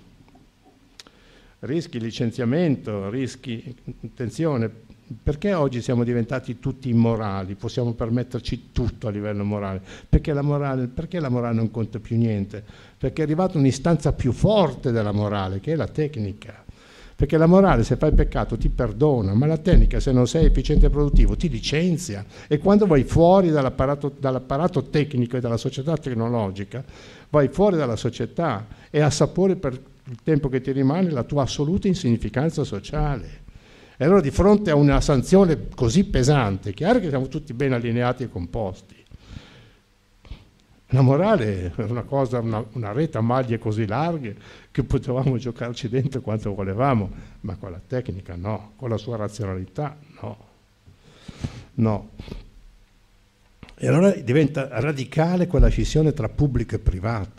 licenziamento, rischi, attenzione, perché oggi siamo diventati tutti immorali, possiamo permetterci tutto a livello morale? Perché la morale non conta più niente? Perché è arrivata un'istanza più forte della morale, che è la tecnica. Perché la morale, se fai peccato, ti perdona, ma la tecnica, se non sei efficiente e produttivo, ti licenzia. E quando vai fuori dall'apparato tecnico e dalla società tecnologica, vai fuori dalla società e assapori per il tempo che ti rimane la tua assoluta insignificanza sociale. E allora di fronte a una sanzione così pesante, è chiaro che siamo tutti ben allineati e composti. La morale è una cosa, una rete a maglie così larghe che potevamo giocarci dentro quanto volevamo, ma con la tecnica no, con la sua razionalità no. E allora diventa radicale quella scissione tra pubblico e privato.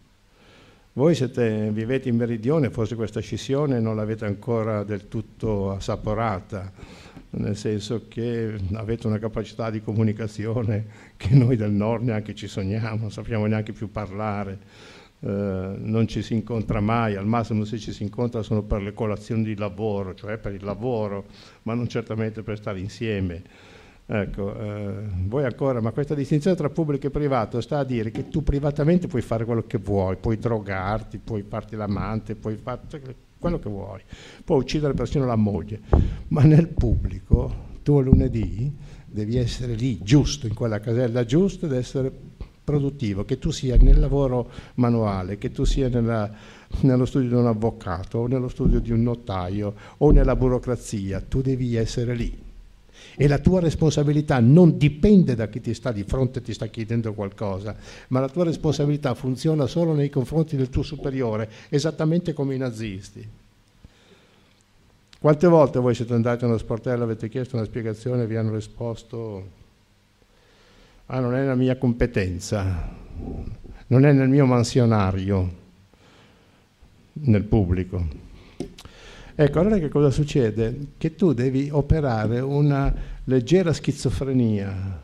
Voi vivete in Meridione, forse questa scissione non l'avete ancora del tutto assaporata, nel senso che avete una capacità di comunicazione che noi del nord neanche ci sogniamo, non sappiamo neanche più parlare, non ci si incontra mai, al massimo se ci si incontra sono per le colazioni di lavoro, cioè per il lavoro, ma non certamente per stare insieme. Ecco, voi ancora, ma questa distinzione tra pubblico e privato sta a dire che tu privatamente puoi fare quello che vuoi, puoi drogarti, puoi farti l'amante, puoi fare quello che vuoi, puoi uccidere persino la moglie, ma nel pubblico tu lunedì devi essere lì giusto, in quella casella giusta, ed essere produttivo, che tu sia nel lavoro manuale, che tu sia nello studio di un avvocato o nello studio di un notaio o nella burocrazia, tu devi essere lì. E la tua responsabilità non dipende da chi ti sta di fronte e ti sta chiedendo qualcosa, ma la tua responsabilità funziona solo nei confronti del tuo superiore, esattamente come i nazisti. Quante volte voi siete andati a uno sportello, avete chiesto una spiegazione e vi hanno risposto: ah, non è nella mia competenza, non è nel mio mansionario, nel pubblico. Ecco, allora che cosa succede? Che tu devi operare una leggera schizofrenia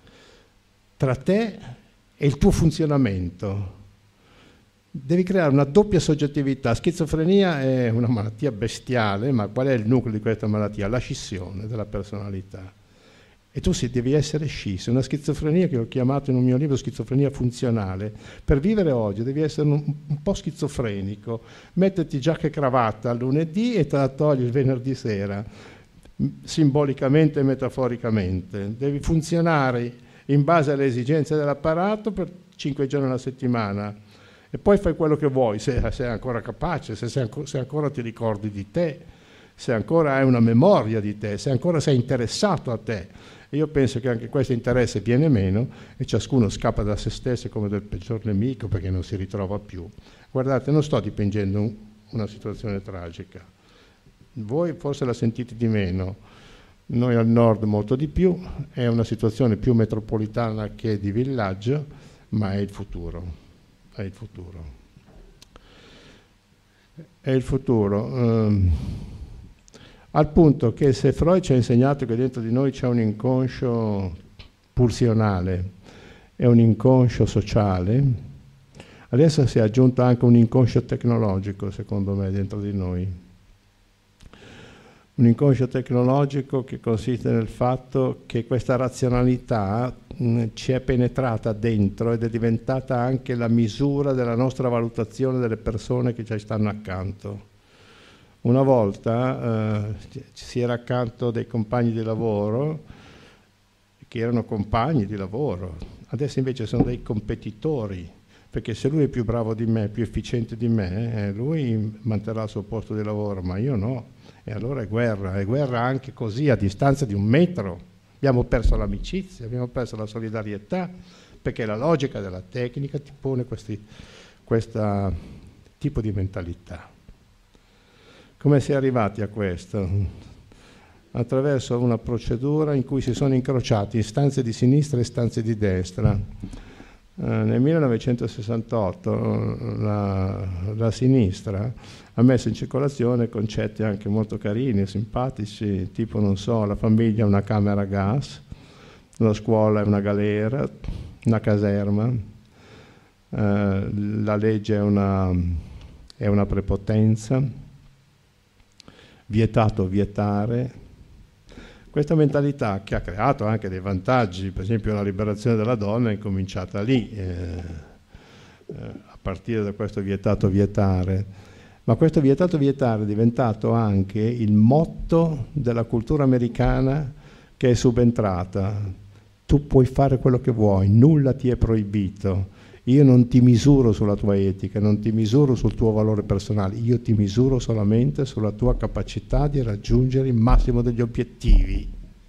tra te e il tuo funzionamento. Devi creare una doppia soggettività. Schizofrenia è una malattia bestiale, ma qual è il nucleo di questa malattia? La scissione della personalità. E tu devi essere scisso. Una schizofrenia che ho chiamato in un mio libro schizofrenia funzionale. Per vivere oggi devi essere un po' schizofrenico, metterti giacca e cravatta lunedì e te la togli il venerdì sera, simbolicamente e metaforicamente. Devi funzionare in base alle esigenze dell'apparato per 5 giorni alla settimana e poi fai quello che vuoi, se sei ancora capace, se ancora ti ricordi di te, se ancora hai una memoria di te, se ancora sei interessato a te. E io penso che anche questo interesse viene meno e ciascuno scappa da se stesso come del peggior nemico perché non si ritrova più. Guardate, non sto dipingendo una situazione tragica. Voi forse la sentite di meno, noi al nord molto di più, è una situazione più metropolitana che di villaggio, ma è il futuro. È il futuro. È il futuro. Al punto che se Freud ci ha insegnato che dentro di noi c'è un inconscio pulsionale e un inconscio sociale, adesso si è aggiunto anche un inconscio tecnologico, secondo me, dentro di noi. Un inconscio tecnologico che consiste nel fatto che questa razionalità ci è penetrata dentro ed è diventata anche la misura della nostra valutazione delle persone che ci stanno accanto. Una volta si era accanto dei compagni di lavoro che erano compagni di lavoro, adesso invece sono dei competitori, perché se lui è più bravo di me, più efficiente di me, lui manterrà il suo posto di lavoro, ma io no. E allora è guerra anche così a distanza di 1 metro. Abbiamo perso l'amicizia, abbiamo perso la solidarietà, perché la logica della tecnica ti pone questo tipo di mentalità. Come si è arrivati a questo? Attraverso una procedura in cui si sono incrociati istanze di sinistra e istanze di destra. Nel 1968 la sinistra ha messo in circolazione concetti anche molto carini e simpatici, tipo, non so, la famiglia è una camera a gas, la scuola è una galera, una caserma, la legge è una prepotenza, vietato vietare. Questa mentalità che ha creato anche dei vantaggi, per esempio la liberazione della donna è incominciata lì, a partire da questo vietato vietare. Ma questo vietato vietare è diventato anche il motto della cultura americana che è subentrata. Tu puoi fare quello che vuoi, nulla ti è proibito. Io non ti misuro sulla tua etica, non ti misuro sul tuo valore personale, io ti misuro solamente sulla tua capacità di raggiungere il massimo degli obiettivi.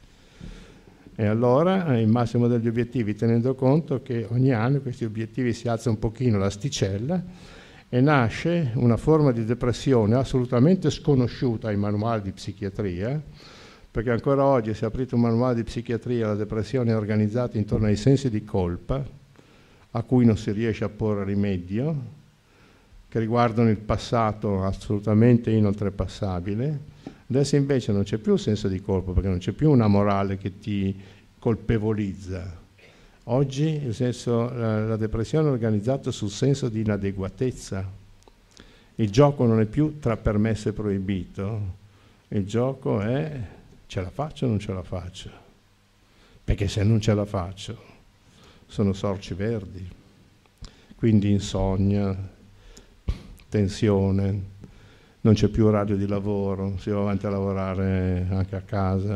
E allora il massimo degli obiettivi, tenendo conto che ogni anno questi obiettivi si alza un pochino l'asticella e nasce una forma di depressione assolutamente sconosciuta ai manuali di psichiatria, perché ancora oggi, se aprite un manuale di psichiatria, la depressione è organizzata intorno ai sensi di colpa, a cui non si riesce a porre rimedio, che riguardano il passato assolutamente inoltrepassabile. Adesso invece non c'è più il senso di colpa, perché non c'è più una morale che ti colpevolizza. Oggi la depressione è organizzata sul senso di inadeguatezza. Il gioco non è più tra permesso e proibito, il gioco è ce la faccio o non ce la faccio, perché se non ce la faccio sono sorci verdi, quindi insonnia, tensione, non c'è più orario di lavoro, si va avanti a lavorare anche a casa,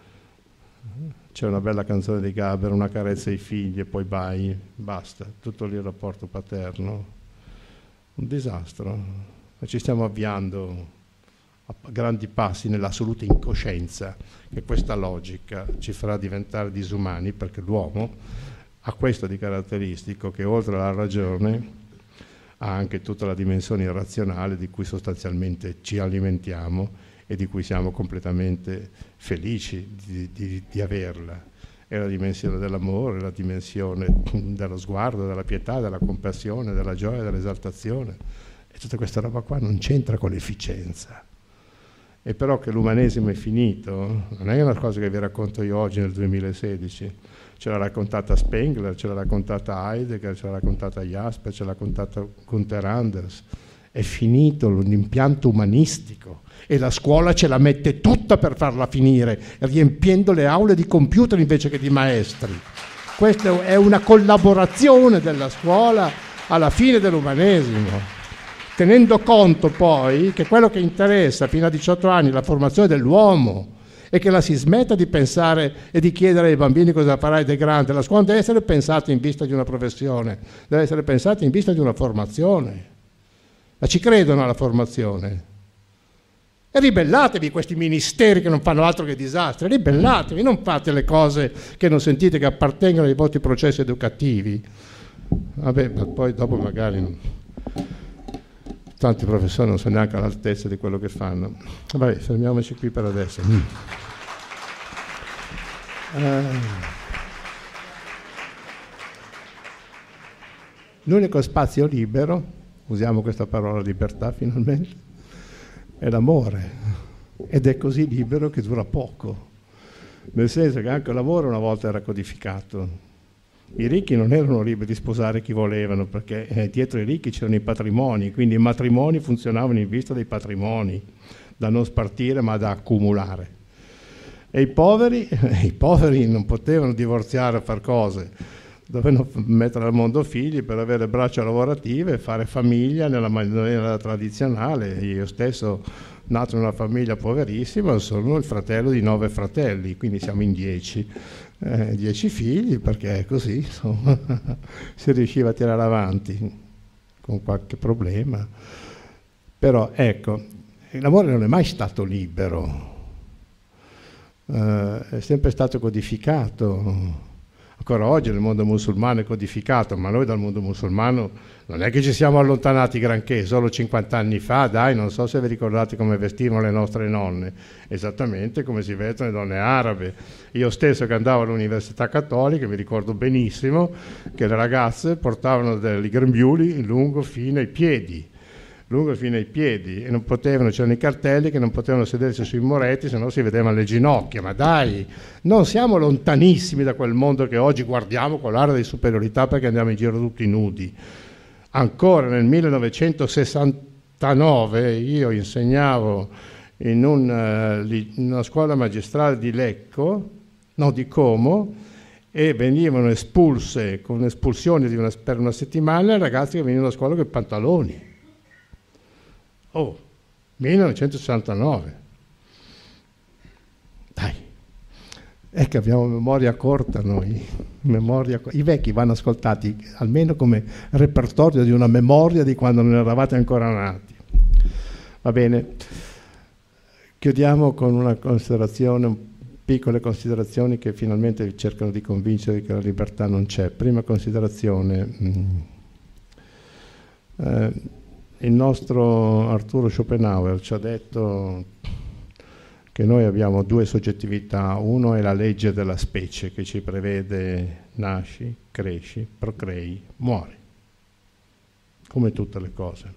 c'è una bella canzone di Gaber, una carezza ai figli e poi basta, tutto lì il rapporto paterno, un disastro. E ci stiamo avviando a grandi passi nell'assoluta incoscienza che questa logica ci farà diventare disumani, perché l'uomo ha questo di caratteristico, che oltre alla ragione ha anche tutta la dimensione irrazionale di cui sostanzialmente ci alimentiamo e di cui siamo completamente felici di averla. È la dimensione dell'amore, la dimensione dello sguardo, della pietà, della compassione, della gioia, dell'esaltazione. E tutta questa roba qua non c'entra con l'efficienza. E però che l'umanesimo è finito non è una cosa che vi racconto io oggi nel 2016. Ce l'ha raccontata Spengler, ce l'ha raccontata Heidegger, ce l'ha raccontata Jasper, ce l'ha raccontata Gunther Anders. È finito l'impianto umanistico e la scuola ce la mette tutta per farla finire, riempiendo le aule di computer invece che di maestri. Questa è una collaborazione della scuola alla fine dell'umanesimo, tenendo conto poi che quello che interessa fino a 18 anni è la formazione dell'uomo, e che la si smetta di pensare e di chiedere ai bambini cosa farai da grande. La scuola deve essere pensata in vista di una professione, deve essere pensata in vista di una formazione. Ma ci credono alla formazione? E ribellatevi questi ministeri che non fanno altro che disastri, ribellatevi, non fate le cose che non sentite che appartengono ai vostri processi educativi. Vabbè, ma poi dopo magari tanti professori non sono neanche all'altezza di quello che fanno. Vabbè, fermiamoci qui per adesso. L'unico spazio libero, usiamo questa parola libertà finalmente, è l'amore, ed è così libero che dura poco, nel senso che anche il lavoro una volta era codificato. I ricchi non erano liberi di sposare chi volevano, perché dietro i ricchi c'erano i patrimoni, quindi i matrimoni funzionavano in vista dei patrimoni, da non spartire ma da accumulare. E i poveri non potevano divorziare o far cose, dovevano mettere al mondo figli per avere braccia lavorative e fare famiglia nella maniera tradizionale. Io stesso, nato in una famiglia poverissima, sono il fratello di 9 fratelli, quindi siamo in 10. 10 figli, perché così insomma si riusciva a tirare avanti con qualche problema. Però ecco, l'amore non è mai stato libero, è sempre stato codificato. Ancora oggi nel mondo musulmano è codificato, ma noi dal mondo musulmano non è che ci siamo allontanati granché, solo 50 anni fa, dai, non so se vi ricordate come vestivano le nostre nonne, esattamente come si vestono le donne arabe. Io stesso che andavo all'università cattolica mi ricordo benissimo che le ragazze portavano dei grembiuli lungo fino ai piedi, e non potevano, c'erano i cartelli che non potevano sedersi sui moretti, se no si vedevano le ginocchia. Ma dai, non siamo lontanissimi da quel mondo che oggi guardiamo con l'aria di superiorità perché andiamo in giro tutti nudi. Ancora nel 1969 io insegnavo in una scuola magistrale di di Como, e venivano espulse con espulsioni per una settimana ragazzi che venivano a scuola con i pantaloni. 1969. Dai, è che abbiamo memoria corta noi. I vecchi vanno ascoltati almeno come repertorio di una memoria di quando non eravate ancora nati. Va bene, chiudiamo con una considerazione, piccole considerazioni che finalmente cercano di convincere che la libertà non c'è. Prima considerazione. Il nostro Arturo Schopenhauer ci ha detto che noi abbiamo 2 soggettività. Uno è la legge della specie che ci prevede nasci, cresci, procrei, muori, come tutte le cose.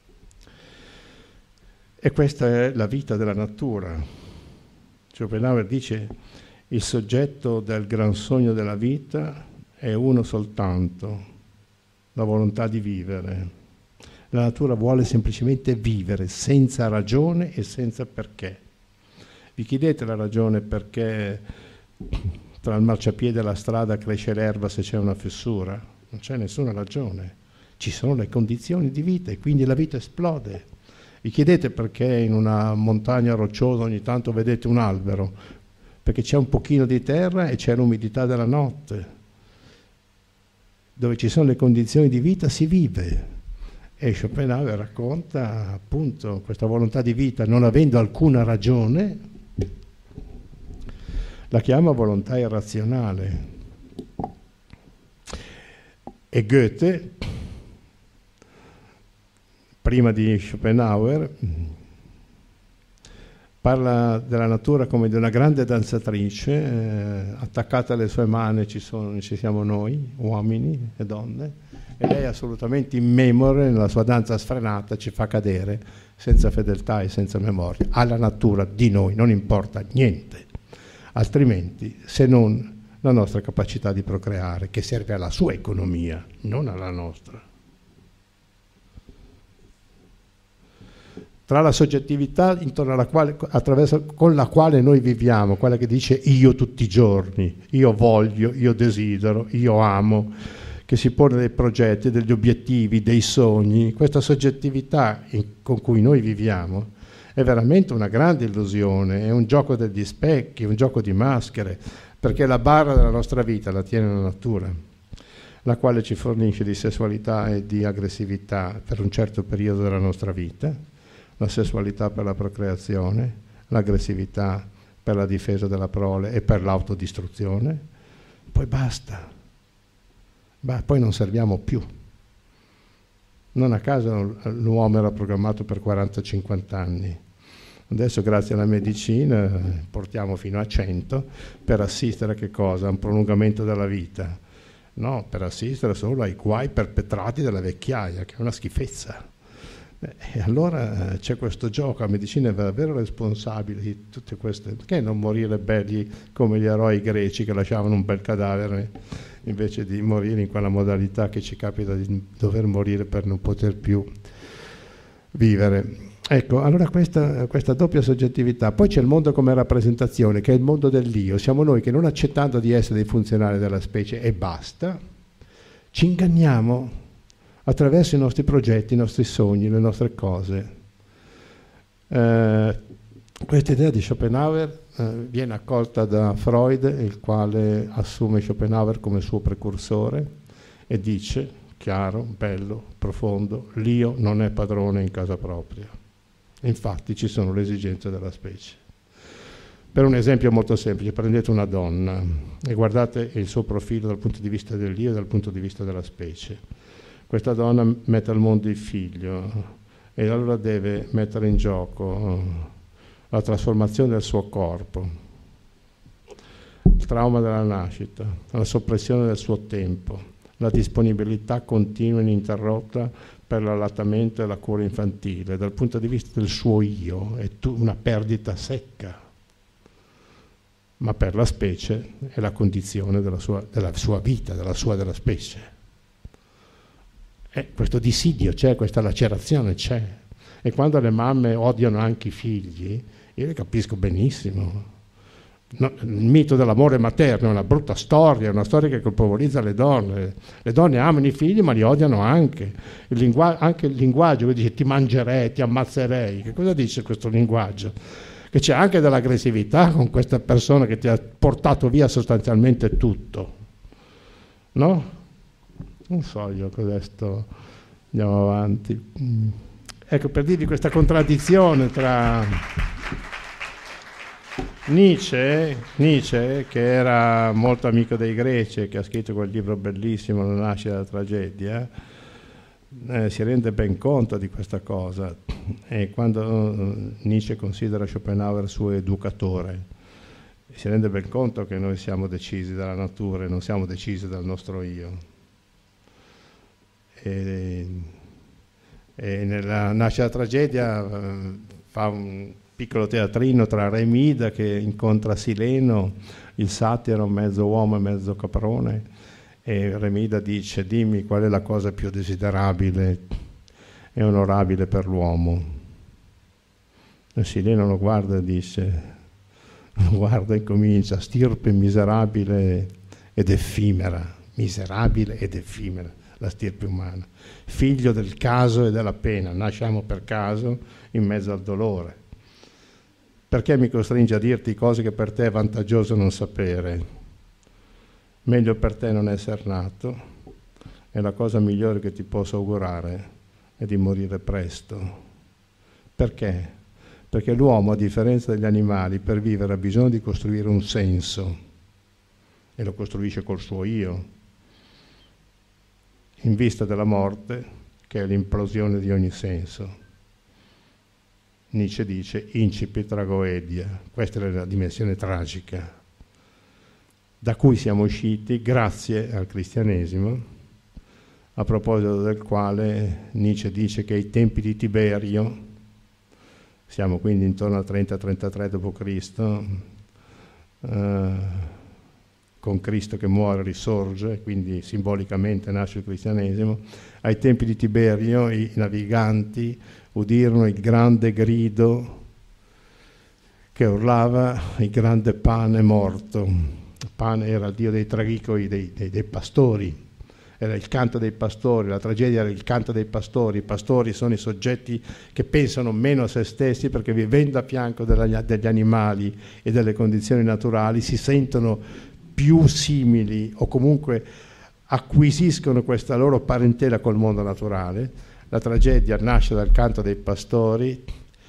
E questa è la vita della natura. Schopenhauer dice: il soggetto del gran sogno della vita è uno soltanto, la volontà di vivere. La natura vuole semplicemente vivere, senza ragione e senza perché. Vi chiedete la ragione perché tra il marciapiede e la strada cresce l'erba se c'è una fessura? Non c'è nessuna ragione. Ci sono le condizioni di vita e quindi la vita esplode. Vi chiedete perché in una montagna rocciosa ogni tanto vedete un albero? Perché c'è un pochino di terra e c'è l'umidità della notte. Dove ci sono le condizioni di vita si vive. E Schopenhauer racconta appunto questa volontà di vita, non avendo alcuna ragione, la chiama volontà irrazionale. E Goethe, prima di Schopenhauer, parla della natura come di una grande danzatrice, attaccata alle sue mani ci siamo noi, uomini e donne, e lei assolutamente immemore nella sua danza sfrenata ci fa cadere senza fedeltà e senza memoria alla natura di noi, non importa niente altrimenti se non la nostra capacità di procreare, che serve alla sua economia, non alla nostra. Tra la soggettività intorno alla quale, con la quale noi viviamo, quella che dice io tutti i giorni, io voglio, io desidero, io amo, che si pone dei progetti, degli obiettivi, dei sogni, questa soggettività con cui noi viviamo è veramente una grande illusione, è un gioco degli specchi, un gioco di maschere, perché la barra della nostra vita la tiene la natura, la quale ci fornisce di sessualità e di aggressività per un certo periodo della nostra vita. la sessualità per la procreazione, l'aggressività per la difesa della prole e per l'autodistruzione, poi basta. Poi non serviamo più. Non a caso l'uomo era programmato per 40-50 anni. Adesso grazie alla medicina portiamo fino a 100 per assistere a che cosa? A un prolungamento della vita. No, per assistere solo ai guai perpetrati dalla vecchiaia, che è una schifezza. E allora c'è questo gioco, la medicina è davvero responsabile di tutte queste... Perché non morire belli come gli eroi greci che lasciavano un bel cadavere invece di morire in quella modalità che ci capita di dover morire per non poter più vivere? Ecco, allora questa doppia soggettività. Poi c'è il mondo come rappresentazione, che è il mondo dell'io. Siamo noi che, non accettando di essere dei funzionari della specie e basta, ci inganniamo attraverso i nostri progetti, i nostri sogni, le nostre cose. Questa idea di Schopenhauer viene accolta da Freud, il quale assume Schopenhauer come suo precursore e dice, chiaro, bello, profondo, l'io non è padrone in casa propria. Infatti ci sono le esigenze della specie. Per un esempio molto semplice, prendete una donna e guardate il suo profilo dal punto di vista dell'io e dal punto di vista della specie. Questa donna mette al mondo il figlio e allora deve mettere in gioco la trasformazione del suo corpo, il trauma della nascita, la soppressione del suo tempo, la disponibilità continua e ininterrotta per l'allattamento e la cura infantile. Dal punto di vista del suo io è una perdita secca, ma per la specie è la condizione della sua vita, della specie. Questo dissidio c'è, questa lacerazione c'è. E quando le mamme odiano anche i figli, io le capisco benissimo. No, il mito dell'amore materno è una brutta storia, è una storia che colpevolizza le donne. Le donne amano i figli ma li odiano anche. Anche il linguaggio che dice ti mangerei, ti ammazzerei. Che cosa dice questo linguaggio? Che c'è anche dell'aggressività con questa persona che ti ha portato via sostanzialmente tutto. No? Non so io adesso andiamo avanti. Ecco, per dirvi questa contraddizione tra Nietzsche, che era molto amico dei greci, che ha scritto quel libro bellissimo, La nascita della tragedia, si rende ben conto di questa cosa. E quando Nietzsche considera Schopenhauer suo educatore, si rende ben conto che noi siamo decisi dalla natura e non siamo decisi dal nostro io. E nella nascita della tragedia fa un piccolo teatrino tra Remida che incontra Sileno, il satiro mezzo uomo e mezzo caprone, e Remida dice: dimmi qual è la cosa più desiderabile e onorabile per l'uomo. E Sileno lo guarda e dice, lo guarda e comincia: stirpe miserabile ed effimera, miserabile ed effimera, la stirpe umana, figlio del caso e della pena, nasciamo per caso in mezzo al dolore. Perché mi costringi a dirti cose che per te è vantaggioso non sapere? Meglio per te non essere nato, e la cosa migliore che ti posso augurare è di morire presto. Perché? Perché l'uomo, a differenza degli animali, per vivere ha bisogno di costruire un senso, e lo costruisce col suo io, in vista della morte, che è l'implosione di ogni senso. Nietzsche dice incipit tragoedia, questa è la dimensione tragica da cui siamo usciti grazie al cristianesimo, a proposito del quale Nietzsche dice che ai tempi di Tiberio, siamo quindi intorno al 30-33 d.C., con Cristo che muore risorge, quindi simbolicamente nasce il cristianesimo, ai tempi di Tiberio i naviganti udirono il grande grido che urlava: il grande Pan è morto. Pan era il dio dei tragicoi, dei pastori, era il canto dei pastori, la tragedia era il canto dei pastori. I pastori sono i soggetti che pensano meno a se stessi, perché vivendo a fianco degli animali e delle condizioni naturali si sentono più simili, o comunque acquisiscono questa loro parentela col mondo naturale. La tragedia nasce dal canto dei pastori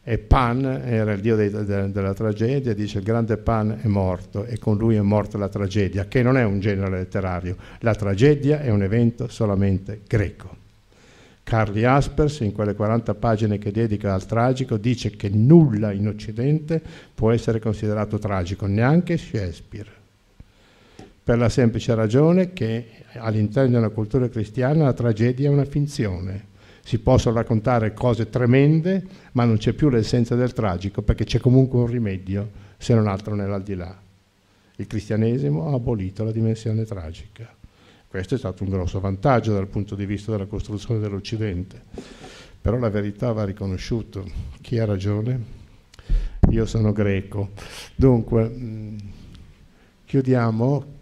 E Pan era il dio della tragedia, dice il grande Pan è morto e con lui è morta la tragedia, che non è un genere letterario, la tragedia è un evento solamente greco. Karl Jaspers, in quelle 40 pagine che dedica al tragico, dice che nulla in Occidente può essere considerato tragico, neanche Shakespeare, per la semplice ragione che all'interno di una cultura cristiana la tragedia è una finzione. Si possono raccontare cose tremende, ma non c'è più l'essenza del tragico, perché c'è comunque un rimedio, se non altro nell'aldilà. Il cristianesimo ha abolito la dimensione tragica. Questo è stato un grosso vantaggio dal punto di vista della costruzione dell'Occidente. Però la verità va riconosciuto. Chi ha ragione? Io sono greco. Dunque, chiudiamo.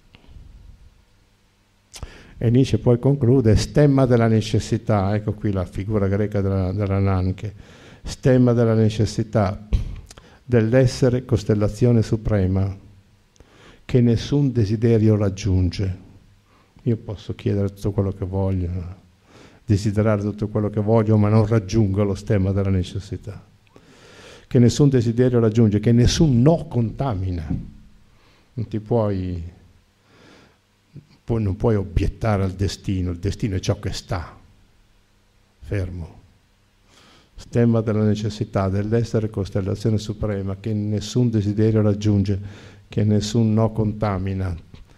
E Nietzsche poi conclude, stemma della necessità, ecco qui la figura greca della Nanche, stemma della necessità dell'essere costellazione suprema, che nessun desiderio raggiunge. Io posso chiedere tutto quello che voglio, desiderare tutto quello che voglio, ma non raggiungo lo stemma della necessità. Che nessun desiderio raggiunge, che nessun no contamina. Non ti puoi... Poi non puoi obiettare al destino, il destino è ciò che sta, fermo. Stemma della necessità dell'essere costellazione suprema, che nessun desiderio raggiunge, che nessun no contamina.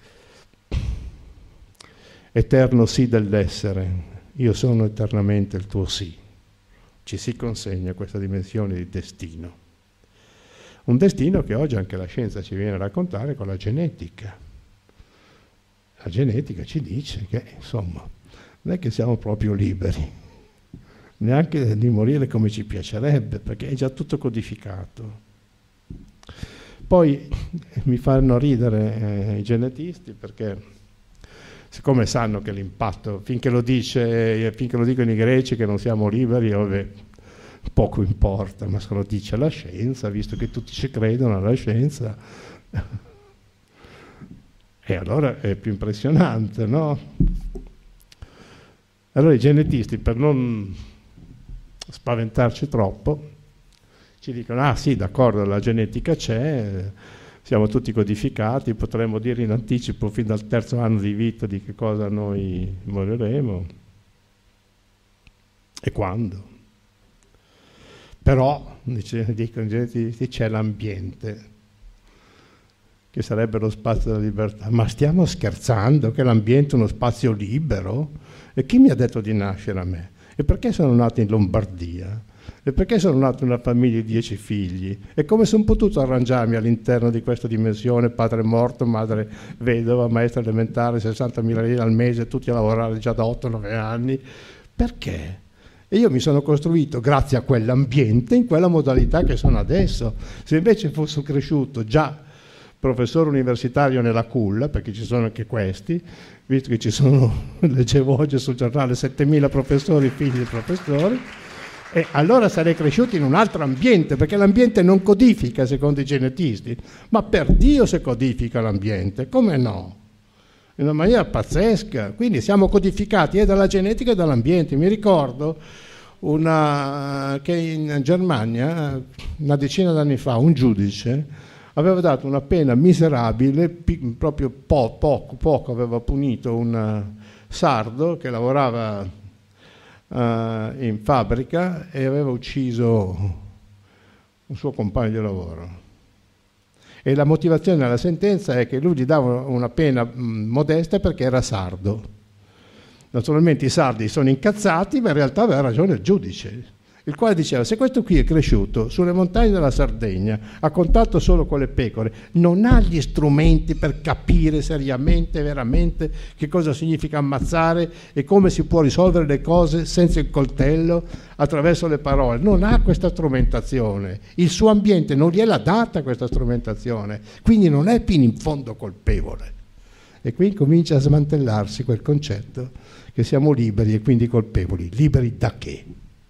Eterno sì dell'essere, io sono eternamente il tuo sì. Ci si consegna questa dimensione di destino. Un destino che oggi anche la scienza ci viene a raccontare con la genetica. La genetica ci dice che, insomma, non è che siamo proprio liberi, neanche di morire come ci piacerebbe, perché è già tutto codificato. Poi mi fanno ridere i genetisti, perché siccome sanno che l'impatto, finché lo dicono i greci che non siamo liberi, vabbè, poco importa, ma se lo dice la scienza, visto che tutti ci credono alla scienza... E allora è più impressionante, no? Allora i genetisti, per non spaventarci troppo, ci dicono, ah sì, d'accordo, la genetica c'è, siamo tutti codificati, potremmo dire in anticipo fin dal 3° anno di vita di che cosa noi moriremo e quando. Però, dicono i genetisti, c'è l'ambiente, che sarebbe lo spazio della libertà. Ma stiamo scherzando che l'ambiente è uno spazio libero? E chi mi ha detto di nascere a me? E perché sono nato in Lombardia? E perché sono nato in una famiglia di 10 figli? E come sono potuto arrangiarmi all'interno di questa dimensione, padre morto, madre vedova, maestra elementare, 60.000 lire al mese, tutti a lavorare già da 8-9 anni? Perché? E io mi sono costruito, grazie a quell'ambiente, in quella modalità che sono adesso. Se invece fossi cresciuto già professore universitario nella culla, perché ci sono anche questi, visto che ci sono, leggevo oggi sul giornale, 7.000 professori, figli di professori, e allora sarei cresciuto in un altro ambiente, perché l'ambiente non codifica secondo i genetisti, ma per Dio se codifica l'ambiente, come no? In una maniera pazzesca, quindi siamo codificati dalla genetica e dall'ambiente. Mi ricordo che in Germania, una decina d'anni fa, un giudice aveva dato una pena miserabile, proprio poco aveva punito un sardo che lavorava in fabbrica e aveva ucciso un suo compagno di lavoro. E la motivazione della sentenza è che lui gli dava una pena modesta perché era sardo. Naturalmente i sardi sono incazzati, ma in realtà aveva ragione il giudice, il quale diceva: se questo qui è cresciuto sulle montagne della Sardegna, a contatto solo con le pecore, non ha gli strumenti per capire seriamente, veramente, che cosa significa ammazzare e come si può risolvere le cose senza il coltello, attraverso le parole, non ha questa strumentazione, il suo ambiente non gliel'ha data questa strumentazione, quindi non è fino in fondo colpevole. E qui comincia a smantellarsi quel concetto che siamo liberi e quindi colpevoli. Liberi da che?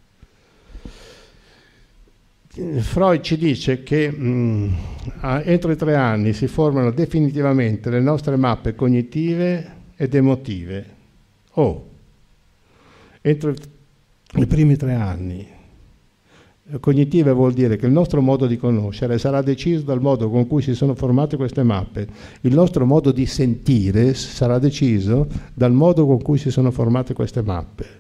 Freud ci dice che entro i 3 anni si formano definitivamente le nostre mappe cognitive ed emotive. Entro i primi 3 anni Cognitive vuol dire che il nostro modo di conoscere sarà deciso dal modo con cui si sono formate queste mappe. Il nostro modo di sentire sarà deciso dal modo con cui si sono formate queste mappe.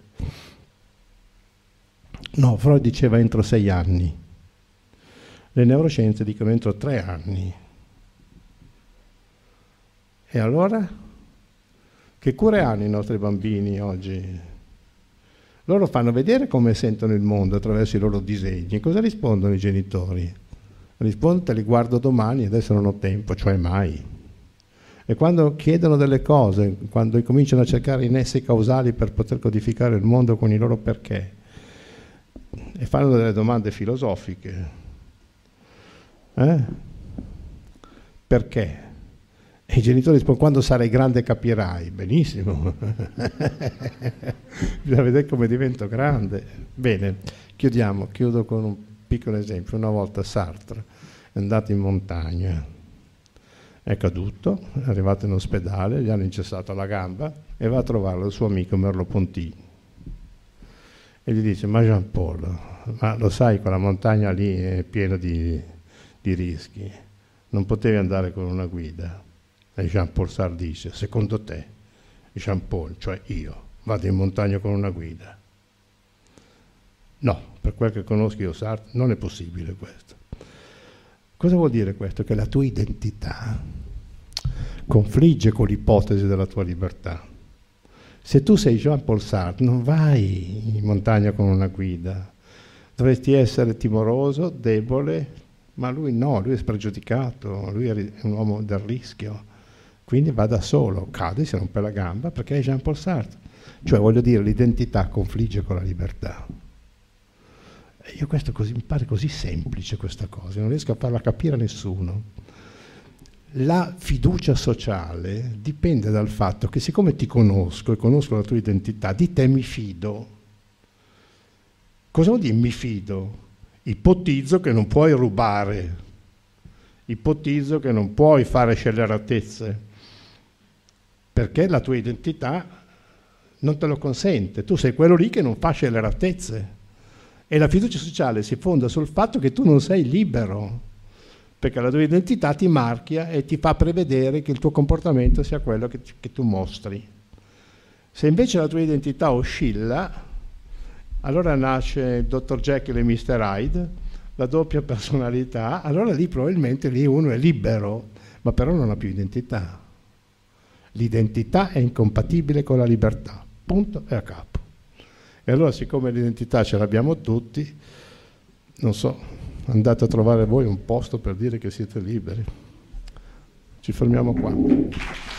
No, Freud diceva entro 6 anni. Le neuroscienze dicono entro 3 anni. E allora? Che cure hanno i nostri bambini oggi? Loro fanno vedere come sentono il mondo attraverso i loro disegni. Cosa rispondono i genitori? Rispondono: te li guardo domani, adesso non ho tempo, cioè mai. E quando chiedono delle cose, quando cominciano a cercare i nessi causali per poter codificare il mondo con i loro perché, e fanno delle domande filosofiche. Perché? E i genitori rispondono: quando sarai grande capirai. Benissimo. Bisogna vedere come divento grande. Bene, chiudo con un piccolo esempio. Una volta Sartre è andato in montagna, è caduto, è arrivato in ospedale, gli hanno ingessato la gamba e va a trovare il suo amico Merleau-Ponty e gli dice: ma Jean-Paul, ma lo sai, quella montagna lì è piena di rischi, non potevi andare con una guida? E Jean-Paul Sartre dice: secondo te, Jean-Paul, cioè io, vado in montagna con una guida? No, per quel che conosco io Sartre, non è possibile questo. Cosa vuol dire questo? Che la tua identità confligge con l'ipotesi della tua libertà. Se tu sei Jean-Paul Sartre, non vai in montagna con una guida. Dovresti essere timoroso, debole, ma lui no, lui è spregiudicato, lui è un uomo del rischio. Quindi va da solo, cade, si rompe la gamba perché è Jean-Paul Sartre. Cioè, voglio dire, l'identità confligge con la libertà. E io questo così, mi pare così semplice questa cosa, non riesco a farla capire a nessuno. La fiducia sociale dipende dal fatto che siccome ti conosco e conosco la tua identità, di te mi fido. Cosa vuol dire mi fido? Ipotizzo che non puoi rubare, ipotizzo che non puoi fare scelleratezze, perché la tua identità non te lo consente. Tu sei quello lì che non fa scelleratezze. E la fiducia sociale si fonda sul fatto che tu non sei libero, perché la tua identità ti marchia e ti fa prevedere che il tuo comportamento sia quello che tu mostri. Se invece la tua identità oscilla, allora nasce il Dr. Jekyll e Mr. Hyde, la doppia personalità, allora lì probabilmente uno è libero, ma però non ha più identità. L'identità è incompatibile con la libertà, punto e a capo. E allora, siccome l'identità ce l'abbiamo tutti, non so, andate a trovare voi un posto per dire che siete liberi. Ci fermiamo qua.